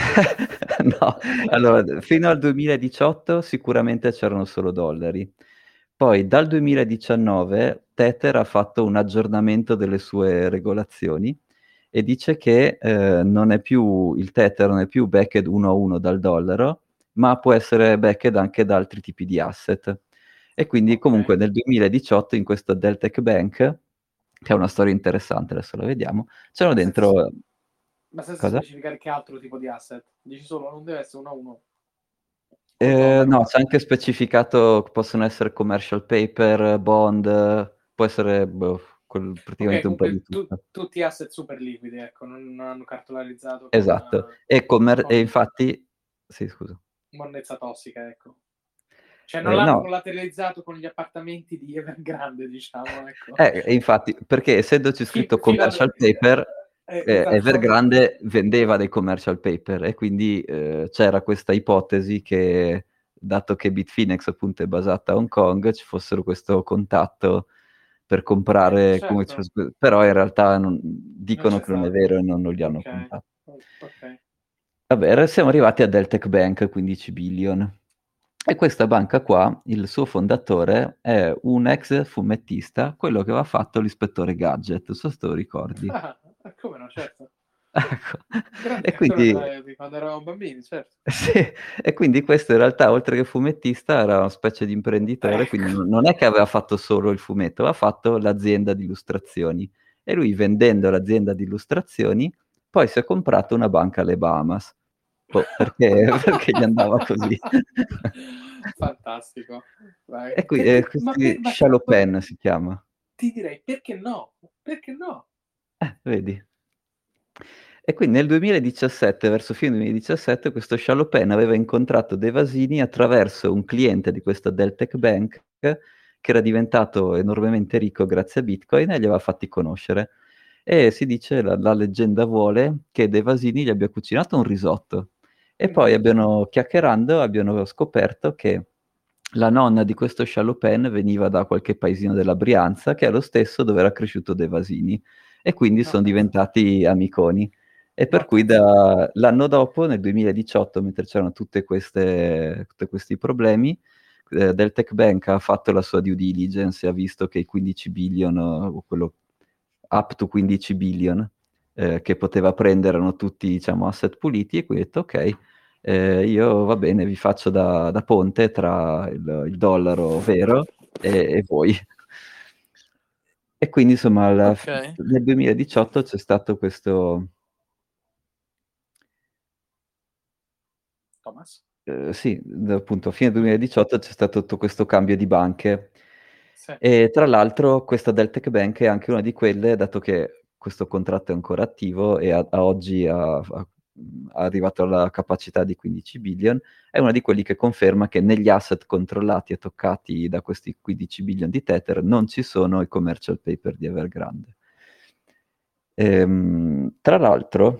No, allora, fino al duemiladiciotto sicuramente c'erano solo dollari. Poi dal duemiladiciannove Tether ha fatto un aggiornamento delle sue regolazioni e dice che eh, non è più, il Tether non è più backed uno a uno dal dollaro, ma può essere backed anche da altri tipi di asset. E quindi Ok. comunque nel duemiladiciotto in questo Deltec Bank, che è una storia interessante, adesso la vediamo, c'erano Ma senza, dentro. ma senza Cosa? specificare che altro tipo di asset. Dici solo, non deve essere uno a uno col Eh, dollaro. no, c'è anche specificato che possono essere commercial paper, bond, può essere boh, quel- Ok, praticamente un po' di comunque tu- tutto. tutti asset super liquidi, ecco, non, non hanno cartolarizzato con, Esatto. eh, E, commer- e con infatti, sì, scusa. monnezza tossica, ecco. Cioè non Eh, l'hanno no, collateralizzato con gli appartamenti di Evergrande, diciamo, ecco. eh, e infatti, perché essendoci Fi- scritto fino al... commercial paper, eh, eh, esatto. Evergrande vendeva dei commercial paper e quindi eh, c'era questa ipotesi che, dato che Bitfinex appunto è basata a Hong Kong, ci fossero questo contatto per Eh, comprare, come ci certo, fosse- però in realtà non- non dicono c'è che non è stato. vero e non, non li hanno Ok, contattati. ok. Vabbè, siamo arrivati a Deltec Bank, quindici billion. E questa banca qua, il suo fondatore è un ex fumettista, quello che aveva fatto l'ispettore Gadget, non so se te lo ricordi. Ah, come no, certo. Ecco. Grande E cartone quindi, da- di quando eravamo bambini, certo. sì, e quindi questo in realtà, oltre che fumettista, era una specie di imprenditore, quindi Ecco. non non è che aveva fatto solo il fumetto, aveva fatto l'azienda di illustrazioni. E lui, vendendo l'azienda di illustrazioni, poi si è comprato una banca alle Bahamas. Boh, perché, perché gli andava così. Fantastico. Vai. E qui, eh, Perché, ma, per, questi ma, ma Shallow si chiama. ti direi perché no? Perché no? Eh, vedi. E quindi nel duemiladiciassette, verso fine duemiladiciassette, questo Shallow aveva incontrato De Vasini attraverso un cliente di questa Deltec Bank che era diventato enormemente ricco grazie a Bitcoin e li aveva fatti conoscere. e si dice, la, la leggenda vuole, che De Vasini gli abbia cucinato un risotto. E poi Mhm. abbiano, chiacchierando, abbiano scoperto che la nonna di questo Chaloupen veniva da qualche paesino della Brianza, che è lo stesso dove era cresciuto De Vasini, e quindi sono Ok, diventati amiconi. E per ma cui pensa. da- l'anno dopo, nel duemiladiciotto, mentre c'erano tutte queste, tutti questi problemi, eh, del Tech Bank ha fatto la sua due diligence e ha visto che i quindici billion, o quello up to quindici billion, eh, che poteva prendere erano tutti, diciamo, asset puliti, e quindi ha detto, ok, eh, io va bene, vi faccio da, da ponte tra il, il dollaro vero e, e voi. E quindi, insomma, alla- Ok, nel duemiladiciotto c'è stato questo... Thomas. Eh, sì, appunto, a fine duemiladiciotto c'è stato tutto questo cambio di banche. Sì, E tra l'altro questa Deltec Bank è anche una di quelle, dato che questo contratto è ancora attivo e a, a oggi ha, ha- ha arrivato alla capacità di quindici billion, è una di quelli che conferma che negli asset controllati e toccati da questi quindici billion di Tether non ci sono i commercial paper di Evergrande. Ehm, tra l'altro,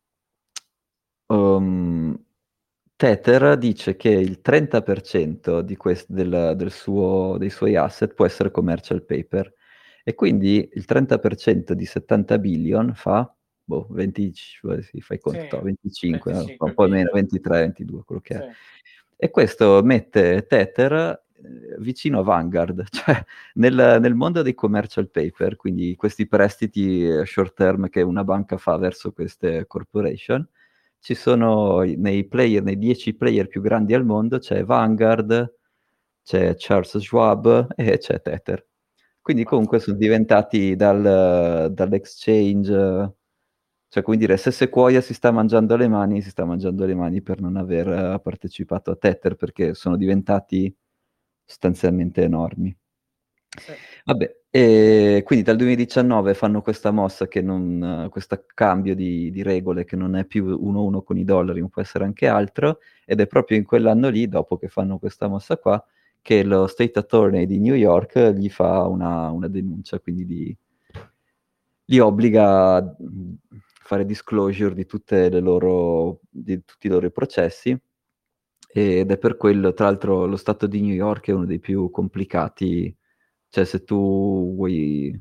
um, Tether dice che il trenta per cento di quest- del, del suo- dei suoi asset può essere commercial paper, e quindi il trenta per cento di settanta billion fa, boh, venti, sì, fai sì, conto, to, venticinque, no? Un venticinque po' meno, billion. ventitré, ventidue, quello che Sì, è. E questo mette Tether eh, vicino a Vanguard, cioè nel, nel mondo dei commercial paper, quindi questi prestiti eh, short term che una banca fa verso queste corporation, ci sono i- nei player, nei dieci player più grandi al mondo, c'è Vanguard, c'è Charles Schwab e c'è Tether. Quindi mamma comunque mia. sono diventati dal- dall'exchange, eh, cioè come dire, se Sequoia si sta mangiando le mani, si sta mangiando le mani per non aver eh, partecipato a Tether, perché sono diventati sostanzialmente enormi. Sì. Vabbè, e quindi dal duemiladiciannove fanno questa mossa, che non, questo cambio di, di regole che non è più uno a uno con i dollari, ma può essere anche altro, ed è proprio in quell'anno lì, dopo che fanno questa mossa qua, che lo State Attorney di New York gli fa una, una denuncia, quindi di- li obbliga a mh, fare disclosure di tutte le loro, di tutti i loro processi, ed è per quello, tra l'altro, lo stato di New York è uno dei più complicati, cioè se tu vuoi,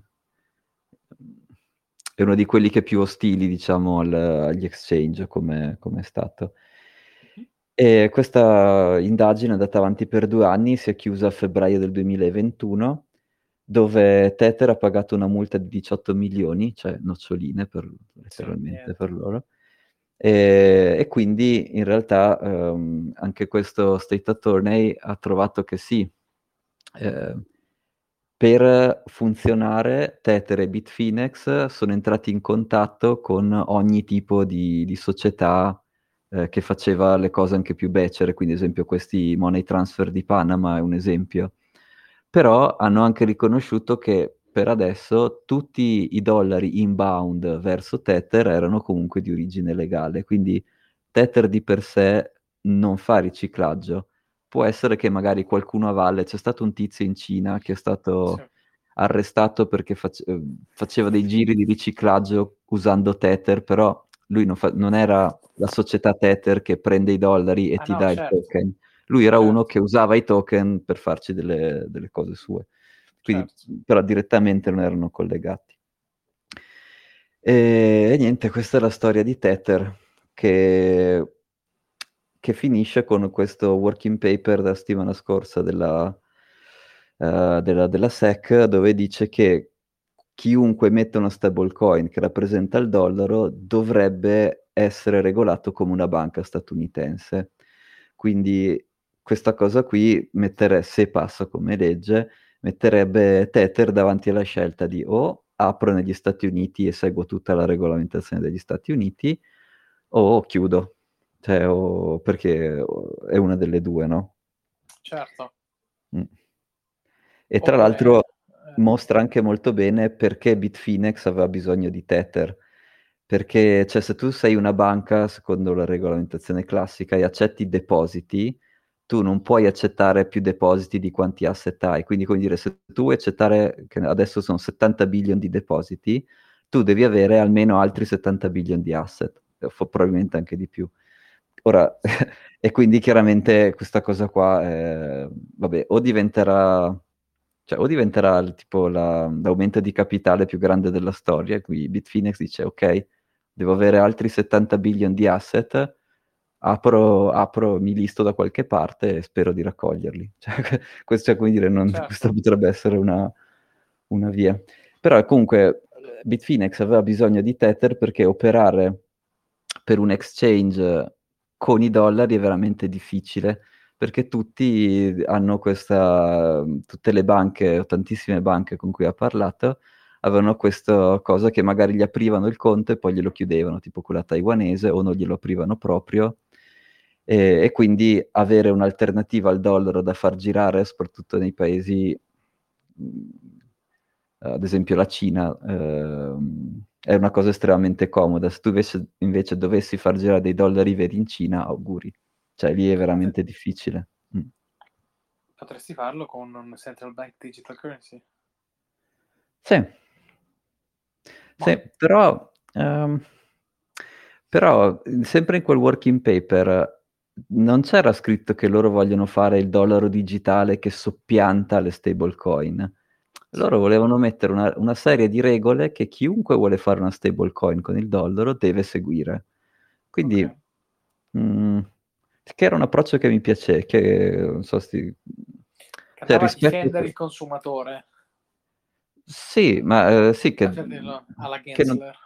è uno di quelli che è più ostili, diciamo, al- agli exchange come, come è stato. Mhm. E questa indagine è andata avanti per due anni, si è chiusa a febbraio del duemilaventuno, dove Tether ha pagato una multa di diciotto milioni, cioè noccioline per, Sì, letteralmente per niente. loro. E, e quindi in realtà ehm, anche questo State Attorney ha trovato che sì, eh, per funzionare Tether e Bitfinex sono entrati in contatto con ogni tipo di, di società eh, che faceva le cose anche più becere, quindi ad esempio questi money transfer di Panama è un esempio. Però hanno anche riconosciuto che per adesso tutti i dollari inbound verso Tether erano comunque di origine legale, quindi Tether di per sé non fa riciclaggio. Può essere che magari qualcuno a valle, c'è stato un tizio in Cina che è Sì. stato arrestato perché face- eh, faceva dei giri di riciclaggio usando Tether, però lui non, fa- non era la società Tether che prende i dollari e Ah ti no, dà il certo, token. Lui era uno certo, che usava i token per farci delle, delle cose sue, quindi certo. però direttamente non erano collegati. E, e niente, questa è la storia di Tether, che, che finisce con questo working paper della settimana scorsa della, eh, della, della S E C, dove dice che chiunque mette uno stablecoin che rappresenta il dollaro dovrebbe essere regolato come una banca statunitense. Quindi questa cosa qui mettere, se passa come legge, metterebbe Tether davanti alla scelta di o apro negli Stati Uniti e seguo tutta la regolamentazione degli Stati Uniti, o chiudo. Cioè, o- perché è una delle due, no? Certo. Mm. E tra Oppure, l'altro eh, mostra anche molto bene perché Bitfinex aveva bisogno di Tether. Perché, cioè, se tu sei una banca, secondo la regolamentazione classica, e accetti depositi, tu non puoi accettare più depositi di quanti asset hai. Quindi, come dire, se tu vuoi accettare, che adesso sono settanta billion di depositi, tu devi avere almeno altri settanta billion di asset, probabilmente anche di più. Ora, e quindi chiaramente questa cosa qua, eh, vabbè, o diventerà, cioè, o diventerà il- tipo la- l'aumento di capitale più grande della storia, qui Bitfinex dice, ok, devo avere altri settanta billion di asset, apro, apro, mi listo da qualche parte e spero di raccoglierli. Cioè, questo, cioè, come dire, non- questa Certo. potrebbe essere una, una via. Però comunque Bitfinex aveva bisogno di Tether perché operare per un exchange con i dollari è veramente difficile, perché tutti hanno questa, tutte le banche, o tantissime banche con cui ha parlato, avevano questa cosa che magari gli aprivano il conto e poi glielo chiudevano, tipo quella taiwanese, o non glielo aprivano proprio. E, e quindi avere un'alternativa al dollaro da far girare, soprattutto nei paesi, mh, ad esempio la Cina, ehm, è una cosa estremamente comoda. Se tu invece, invece dovessi far girare dei dollari veri in Cina, auguri. Cioè, lì è Potre- veramente difficile. Mm. Potresti farlo con un central bank digital currency. Sì, sì, Ma però, ehm, però sempre in quel working paper non c'era scritto che loro vogliono fare il dollaro digitale che soppianta le stablecoin. sì, Loro volevano mettere una, una serie di regole che chiunque vuole fare una stablecoin con il dollaro deve seguire. ok. Quindi, mm, che era un approccio che mi piace, che non so, sti- Che cioè andava a rispetto... difendere il consumatore, Sì, ma eh, sì a che, difenderlo alla che non... Gensler.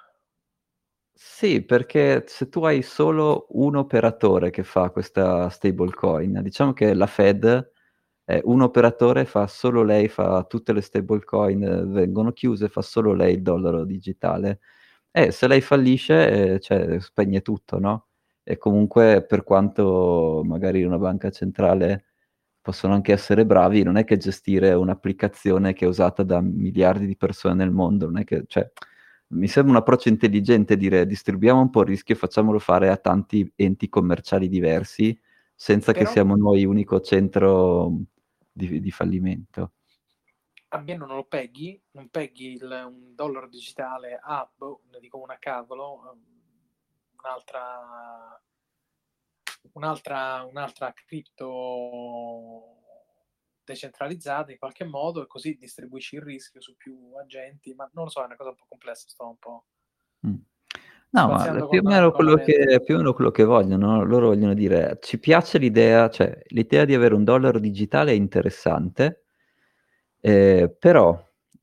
Sì, perché se tu hai solo un operatore che fa questa stablecoin, diciamo che la Fed è un operatore, fa solo lei, fa tutte le stablecoin, eh, vengono chiuse, fa solo lei il dollaro digitale. E se lei fallisce, eh, cioè, spegne tutto, no? E comunque, per quanto magari una banca centrale possono anche essere bravi, non è che gestire un'applicazione che è usata da miliardi di persone nel mondo, non è che, cioè, mi sembra un approccio intelligente dire distribuiamo un po' il rischio e facciamolo fare a tanti enti commerciali diversi, senza che Però siamo noi unico centro di, di fallimento. almeno non lo peghi, non peghi il, un dollaro digitale a, boh, ne dico una cavolo, um, un'altra, un'altra, un'altra cripto decentralizzata in qualche modo e così distribuisci il rischio su più agenti, ma non lo so, è una cosa un po' complessa, sto un po' Mm. No, ma è spaziando più o con, meno con la quello mente. che, più o meno quello che vogliono, no? Loro vogliono dire, ci piace l'idea, cioè l'idea di avere un dollaro digitale è interessante, eh, però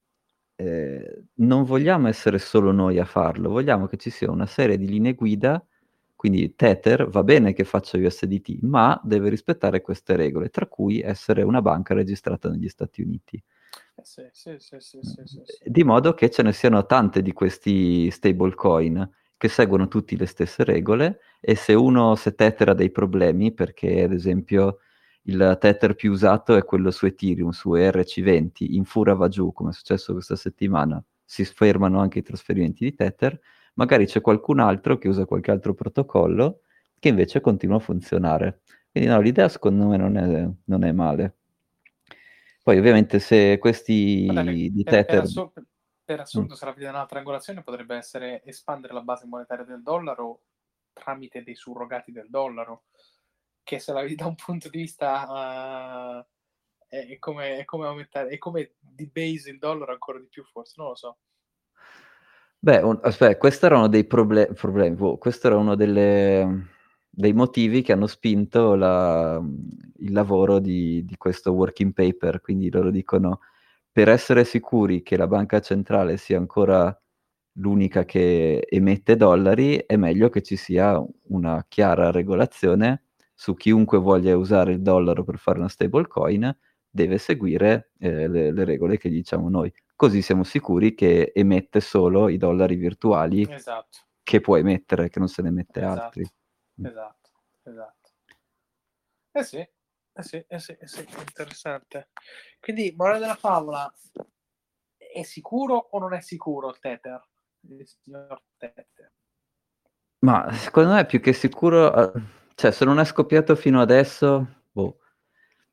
eh, non vogliamo essere solo noi a farlo, vogliamo che ci sia una serie di linee guida, quindi Tether va bene che faccia U S D T, ma deve rispettare queste regole, tra cui essere una banca registrata negli Stati Uniti. Eh sì, sì, sì, sì, sì, sì, sì. Di modo che ce ne siano tante di questi stablecoin che seguono tutte le stesse regole e se uno, se Tether ha dei problemi, perché ad esempio il Tether più usato è quello su Ethereum, su E R C venti, in fura va giù, come è successo questa settimana, si fermano anche i trasferimenti di Tether, magari c'è qualcun altro che usa qualche altro protocollo che invece continua a funzionare. Quindi no, l'idea secondo me non è, non è male. Poi ovviamente se Guarda che questi di per, per Tether... assu- per Mm. assurdo, se la vedi da un'altra angolazione, potrebbe essere espandere la base monetaria del dollaro tramite dei surrogati del dollaro, che se la vedi da un punto di vista uh, è, è, come, è come aumentare, è come debase il dollaro ancora di più, forse, non lo so. Beh, un- aspetta, questo erano dei proble- problemi, boh, questo era uno delle- dei motivi che hanno spinto la- il lavoro di, di questo working paper, quindi loro dicono, per essere sicuri che la banca centrale sia ancora l'unica che emette dollari, è meglio che ci sia una chiara regolazione su chiunque voglia usare il dollaro per fare una stablecoin, deve seguire eh, le le regole che gli diciamo noi. Così siamo sicuri che emette solo i dollari virtuali Esatto, che può emettere, che non se ne emette altri. esatto, esatto, esatto. Eh sì, eh sì, eh sì, eh sì, interessante. Quindi, morale della favola, è sicuro o non è sicuro il Tether? Il signor Tether. Ma secondo me è più che sicuro, eh, cioè se non è scoppiato fino adesso, boh,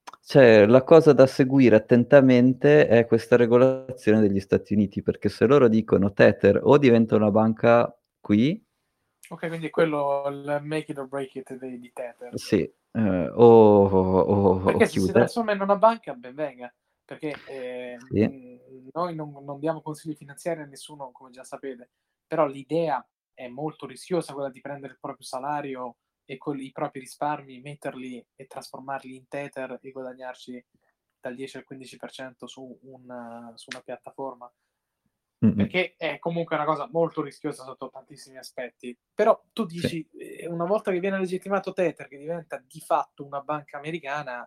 Cioè, la cosa da seguire attentamente è questa regolazione degli Stati Uniti, perché se loro dicono Tether o diventa una banca qui, Ok, quindi è quello il make it or break it di, di Tether. sì, eh, o, o- o Perché se si chiude, trasforma in una banca, ben venga. Perché eh, sì. mh, noi non, non diamo consigli finanziari a nessuno, come già sapete, però l'idea è molto rischiosa, quella di prendere il proprio salario e quelli, i propri risparmi, metterli e trasformarli in Tether e guadagnarci dal dieci al quindici per cento su una, su una piattaforma. Mm-mm. Perché è comunque una cosa molto rischiosa sotto tantissimi aspetti. Però tu Sì. dici, eh, una volta che viene legittimato Tether, che diventa di fatto una banca americana,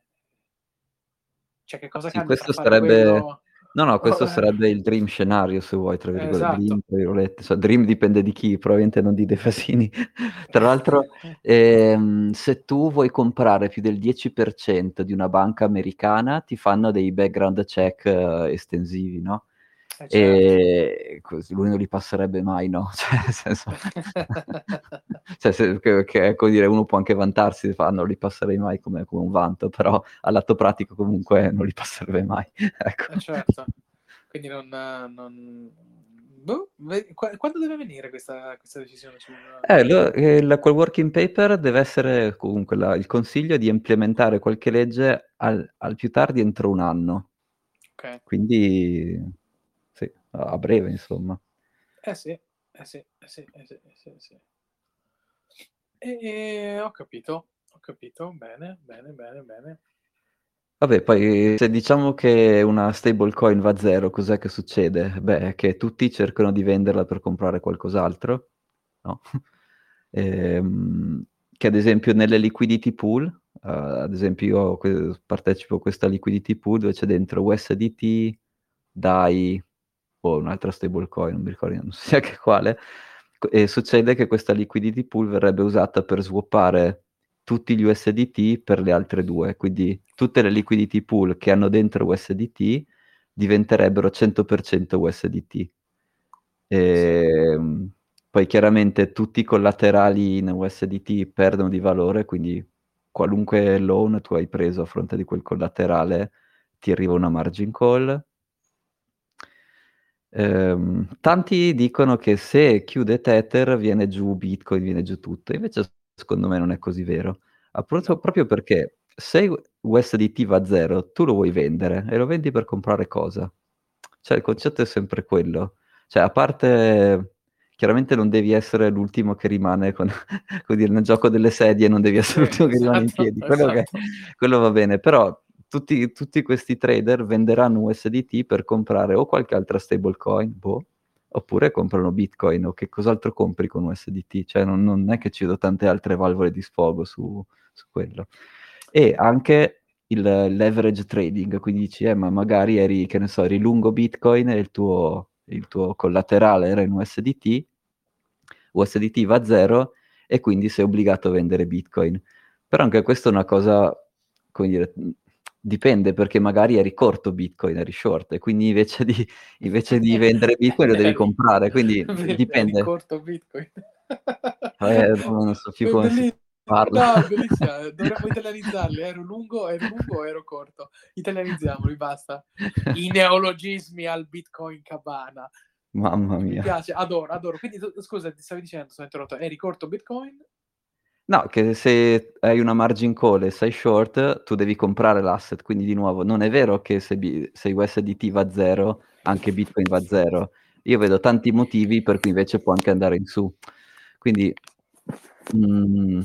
cioè che cosa Sì, cambia tra questo fare sarebbe... quello... No, no, questo sarebbe il dream scenario, se vuoi, tra Eh, virgolette. Dream, esatto. tra virgolette. So, dream dipende di chi, probabilmente non di De Fasini. Tra l'altro, ehm, se tu vuoi comprare più del dieci per cento di una banca americana, ti fanno dei background check eh, estensivi, no? Eh, certo. E così lui non li passerebbe mai, no? Cioè, nel senso... cioè, se, che, che, come dire, uno può anche vantarsi, fa, non li passerei mai come, come un vanto, però al lato pratico comunque non li passerebbe mai. Ecco. Eh, certo. Quindi non... non... Boh, ve- qua- quando deve venire questa, questa decisione sul... Eh, lo- eh, la- quel working paper deve essere comunque la- il consiglio di implementare qualche legge al, al più tardi entro un anno. Ok. Quindi sì, a breve, insomma. Eh sì, eh sì, eh sì, eh sì, eh sì, eh sì. E, e ho capito, ho capito, bene, bene, bene, bene. Vabbè, poi se diciamo che una stablecoin va a zero, cos'è che succede? Beh, che tutti cercano di venderla per comprare qualcos'altro, no? Ehm, che ad esempio nelle liquidity pool, eh, ad esempio io que- partecipo a questa liquidity pool dove c'è dentro U S D T, D A I o un'altra stablecoin, non mi ricordo, non so neanche quale, e succede che questa liquidity pool verrebbe usata per swappare tutti gli U S D T per le altre due, quindi tutte le liquidity pool che hanno dentro U S D T diventerebbero cento per cento U S D T. Sì, E, poi chiaramente tutti i collaterali in U S D T perdono di valore, quindi qualunque loan tu hai preso a fronte di quel collaterale ti arriva una margin call. Ehm, tanti dicono che se chiude Tether viene giù Bitcoin, viene giù tutto, invece secondo me non è così vero. Ah, proprio, no. proprio perché se U S D T va a zero, tu lo vuoi vendere e lo vendi per comprare cosa? Cioè il concetto è sempre quello. Cioè a parte, chiaramente non devi essere l'ultimo che rimane con, come dire, nel gioco delle sedie, non devi Sì, essere l'ultimo che rimane in esatto, piedi, quello, che- esatto. quello va bene, però tutti, tutti questi trader venderanno U S D T per comprare o qualche altra stablecoin, boh, oppure comprano Bitcoin o che cos'altro compri con U S D T, cioè non, non è che ci sono tante altre valvole di sfogo su, su quello. E anche il leverage trading, quindi dici, eh, ma magari eri, che ne so, eri lungo Bitcoin e il tuo, il tuo collaterale era in U S D T, U S D T va a zero e quindi sei obbligato a vendere Bitcoin. Però anche questa è una cosa, come dire, dipende perché magari eri corto Bitcoin, eri short e quindi invece di, invece di vendere Bitcoin lo devi eri, comprare, quindi eri dipende. corto Bitcoin. Eh, non so più come si Bellissimo. parla. No, bellissima. Dovremmo italianizzarli. Ero lungo, ero lungo o ero corto? Italianizziamoli, basta. I neologismi al Bitcoin cabana. Mamma Mi mia. piace, adoro, adoro. Quindi, tu, scusa, ti stavi dicendo, sono interrotto. Eri corto Bitcoin? No, che se hai una margin call e sei short, tu devi comprare l'asset, quindi di nuovo non è vero che se, B- se U S D T va a zero, anche Bitcoin va a zero. Io vedo tanti motivi per cui invece può anche andare in su. Quindi, mm,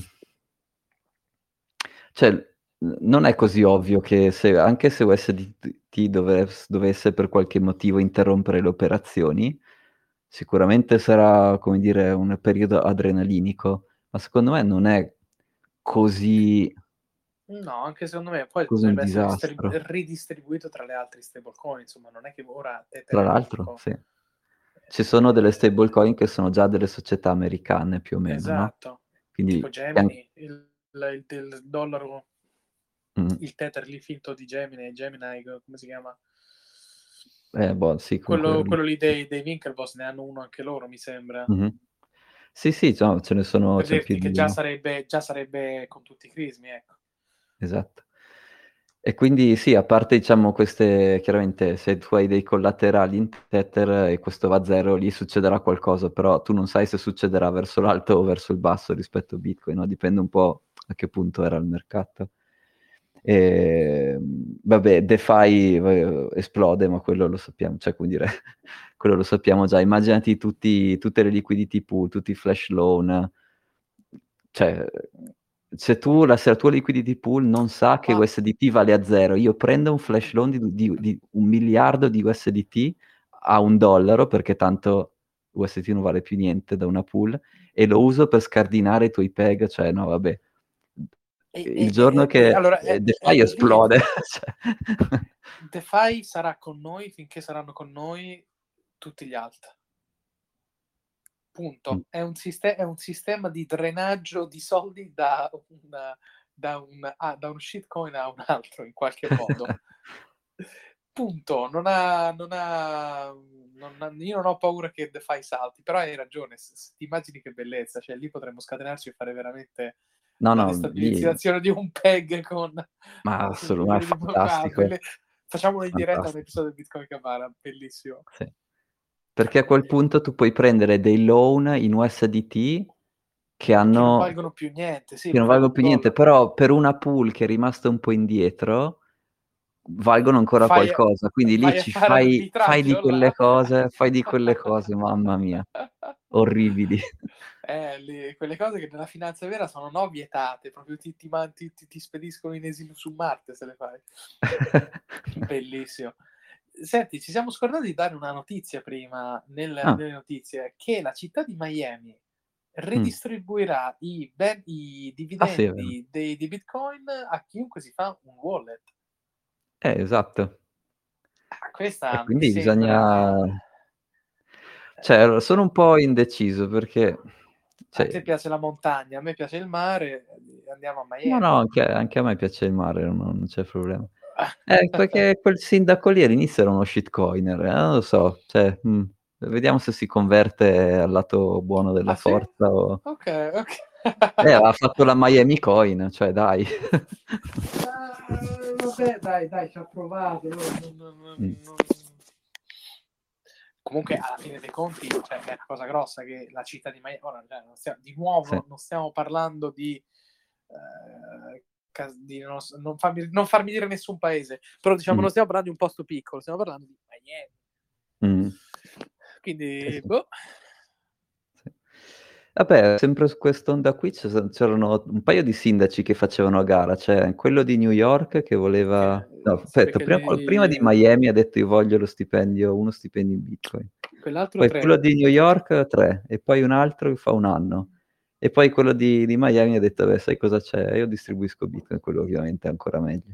cioè, n- non è così ovvio che se, anche se U S D T dovesse, dovesse per qualche motivo interrompere le operazioni, sicuramente sarà, come dire, un periodo adrenalinico, ma secondo me non è così, No, anche secondo me poi così un potrebbe essere distri- disastro. ridistribuito tra le altre stablecoin, insomma, non è che ora Tether Tra è l'altro, l'unico. sì. Ci sono delle Eh, stablecoin che sono già delle società americane più o meno, no? esatto. Quindi, Tipo an- Gemini, il, il- il dollaro, mm, il Tether lì finto di Gemini, Gemini, come si chiama? eh, boh, sì, comunque... Quello, quello lì dei, dei Winklevoss ne hanno uno anche loro, mi sembra. Mhm. Sì, sì, no, ce ne sono, Per c'è più dirti di che già uno. sarebbe, già sarebbe con tutti i crismi, ecco. Esatto. E quindi sì, a parte diciamo queste, chiaramente se tu hai dei collaterali in Tether e questo va a zero, lì succederà qualcosa, però tu non sai se succederà verso l'alto o verso il basso rispetto a Bitcoin, no? Dipende un po' a che punto era il mercato. E, vabbè, DeFi eh, esplode, ma quello lo sappiamo, cioè come dire, quello lo sappiamo già. Immaginati tutti, tutte le liquidity pool, tutti i flash loan, cioè se tu la, se la tua liquidity pool non sa che Ma U S D T vale a zero, io prendo un flash loan di, di- di un miliardo di U S D T a un dollaro, perché tanto U S D T non vale più niente da una pool, e lo uso per scardinare i tuoi peg, cioè no, vabbè. e, Il e- giorno e- e- che allora eh, è, è DeFi così che esplode, cioè. DeFi sarà con noi finché saranno con noi tutti gli altri. Mm. Punto. È un, siste- è un sistema di drenaggio di soldi da, una, da, un, ah, da un shitcoin a un altro in qualche modo. Punto. Non ha, non ha, non ha- io non ho paura che DeFi salti, però hai ragione. Se, se ti immagini che bellezza, cioè lì potremmo scatenarci e fare veramente No, la no, lì, destabilizzazione di un peg con ma i numeri assolutamente di ah, fantastico, quelle... Facciamolo in diretta un fantastico, episodio di Bitcoin Cabana, bellissimo. sì. Perché a quel punto tu puoi prendere dei loan in U S D T che Che non hanno, valgono più niente, sì, che non puoi avere valgono un più niente, dollaro. però per una pool che è rimasta un po' indietro valgono ancora Fai, qualcosa, quindi lì vai a ci fare fai, fai di arbitraggio quelle là. cose, fai di quelle cose, mamma mia, orribili. Eh, le- quelle cose che nella finanza vera sono no vietate, proprio ti, ti, man- ti- ti- ti spediscono in esilio su Marte se le fai. Bellissimo. Senti, ci siamo scordati di dare una notizia prima nel- Ah, nelle notizie, che la città di Miami mm. redistribuirà i, ben- i Ah sì, è vero. dividendi dei, di Bitcoin a chiunque si fa un wallet. Eh, esatto. Ah, E questa mi quindi bisogna. sembra... Cioè, sono un eh, po' indeciso perché. a Cioè, te piace la montagna, a me piace il mare, andiamo a no, Miami. no, anche, anche a me piace il mare, non, non c'è problema. Eh, perché quel sindaco lì all'inizio era uno shitcoiner, eh, non lo so, cioè, mh, vediamo se si converte al lato buono della Ah sì? forza o. Ok, ok. Eh, ha fatto la Miami Coin, cioè dai. Ah, vabbè, dai, dai, ci ho provato. non- non- Mm. non- non- Comunque, alla fine dei conti, cioè, è una cosa grossa che la città di Miami. Ora, cioè, non stiamo- di Sì. nuovo, non stiamo parlando di. eh, cas- di non, non farmi, non farmi dire nessun paese, però diciamo Mm. non stiamo parlando di un posto piccolo, stiamo parlando di Miami. Mm. Sì, Quindi, sì. boh. Sì. Vabbè, sempre su quest'onda qui c'è- c'erano un paio di sindaci che facevano a gara, c'è quello di New York che voleva. No, Che, sì, aspetta, perché prima, prima di lì, Miami ha detto io voglio lo stipendio, uno stipendio in Bitcoin. quell'altro Poi quello tre. di New York tre, e poi un altro che fa un anno. E poi quello di, di Miami ha detto, beh, sai cosa c'è? Io distribuisco Bitcoin, quello ovviamente è ancora meglio.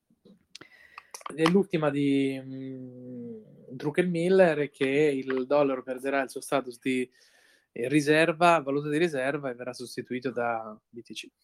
E l'ultima di mh, Druckenmiller è che il dollaro perderà il suo status di eh, riserva, valuta di riserva, e verrà sostituito da B T C.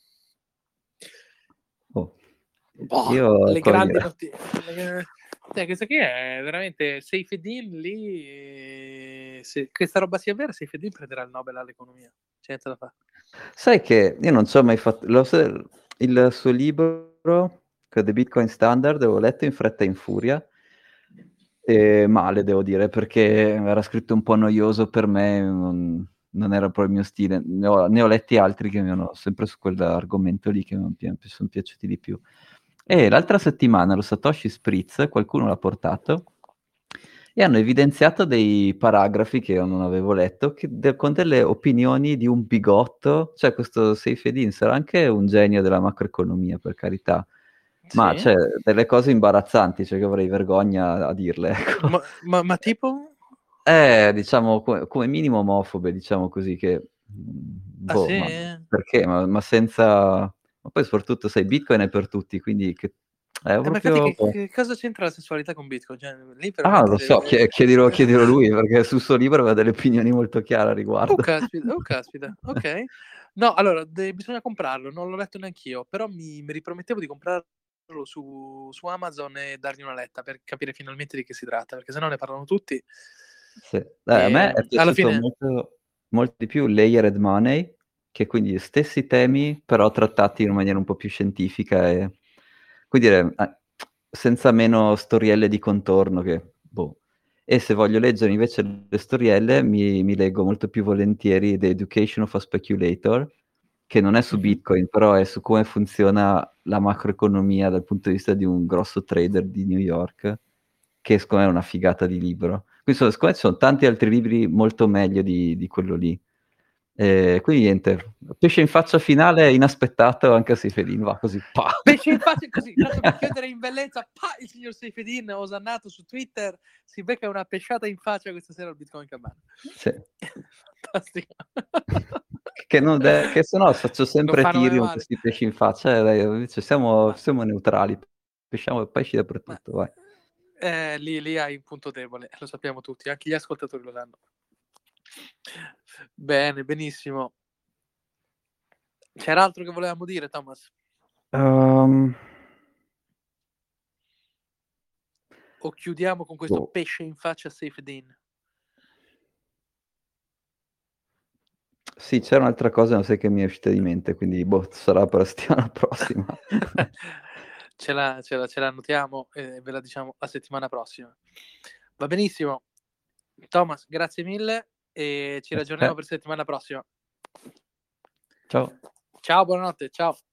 Oh. Boh, Io, le come grandi dire, notizie. Cioè, questo qui è veramente Seyfedin lì. eh, Se questa roba sia vera, Seyfedin prenderà il Nobel all'economia. C'è niente da fare. sai che io non ci ho mai fatto. Lo so- il suo libro, che è The Bitcoin Standard, l'avevo letto in fretta e in furia. E male, devo dire, perché era scritto un po' noioso per me, non, non era proprio il mio stile. Ne ho, ne ho letti altri che mi hanno sempre su quell'argomento lì che mi, pi- mi sono piaciuti di più. E l'altra settimana lo Satoshi Spritz, qualcuno l'ha portato e hanno evidenziato dei paragrafi che io non avevo letto che de- con delle opinioni di un bigotto, cioè questo Seyfedin sarà anche un genio della macroeconomia, per carità, ma Sì? c'è delle cose imbarazzanti, cioè che avrei vergogna a dirle, ecco. Ma, ma, ma tipo? Eh, diciamo, come, come minimo omofobe, diciamo così, che. mm, Ah Boh, sì? ma perché? Ma, ma senza. Ma poi soprattutto, sai, Bitcoin è per tutti, quindi che. È Eh, ma infatti proprio. che, che cosa c'entra la sessualità con Bitcoin? Cioè, lì Ah, veramente lo c'è... so, chie- chiedilo, chiedilo lui, perché sul suo libro aveva delle opinioni molto chiare a Oh riguardo. caspita, oh caspita, ok. No, allora, de- bisogna comprarlo, non l'ho letto neanch'io, però mi, mi ripromettevo di comprarlo su, su Amazon e dargli una letta per capire finalmente di che si tratta, perché sennò ne parlano tutti. Sì. Eh, a me E è alla piaciuto fine, molto, molto di più Layered Money, che quindi gli stessi temi, però trattati in una maniera un po' più scientifica e, come dire, eh, senza meno storielle di contorno che, boh. E se voglio leggere invece le storielle, mi, mi leggo molto più volentieri The Education of a Speculator, che non è su Mhm. Bitcoin, però è su come funziona la macroeconomia dal punto di vista di un grosso trader di New York, che secondo me è una figata di libro. Quindi sono- secondo me ci sono tanti altri libri molto meglio di, di quello lì. Eh, quindi niente, pesce in faccia finale inaspettato anche a Seifedin, va così, pa! Pesce in faccia così, tanto per chiudere in bellezza, pa, il signor Seifedin, osannato su Twitter, si becca una pesciata in faccia questa sera al Bitcoin Cabana. Sì. Fantastico. Che, non de- che se no faccio Non sempre fanno mai tiri con male. questi pesci in faccia, eh, dai, invece siamo, Ma, siamo neutrali, pesciamo pesci ma dappertutto, vai. eh, lì, lì hai un punto debole, lo sappiamo tutti, anche gli ascoltatori lo sanno. Bene, benissimo. C'era altro che volevamo dire, Thomas? Um, O chiudiamo con questo boh. pesce in faccia a Seifedin? Sì, c'era un'altra cosa, non sai che mi è uscita di mente, quindi boh, sarà per la settimana prossima. ce, la, ce, la, ce la notiamo e ve la diciamo la settimana prossima. Va benissimo. Thomas, grazie mille e ci Eh, raggiorniamo eh, per settimana prossima. ciao. Ciao, buonanotte, ciao.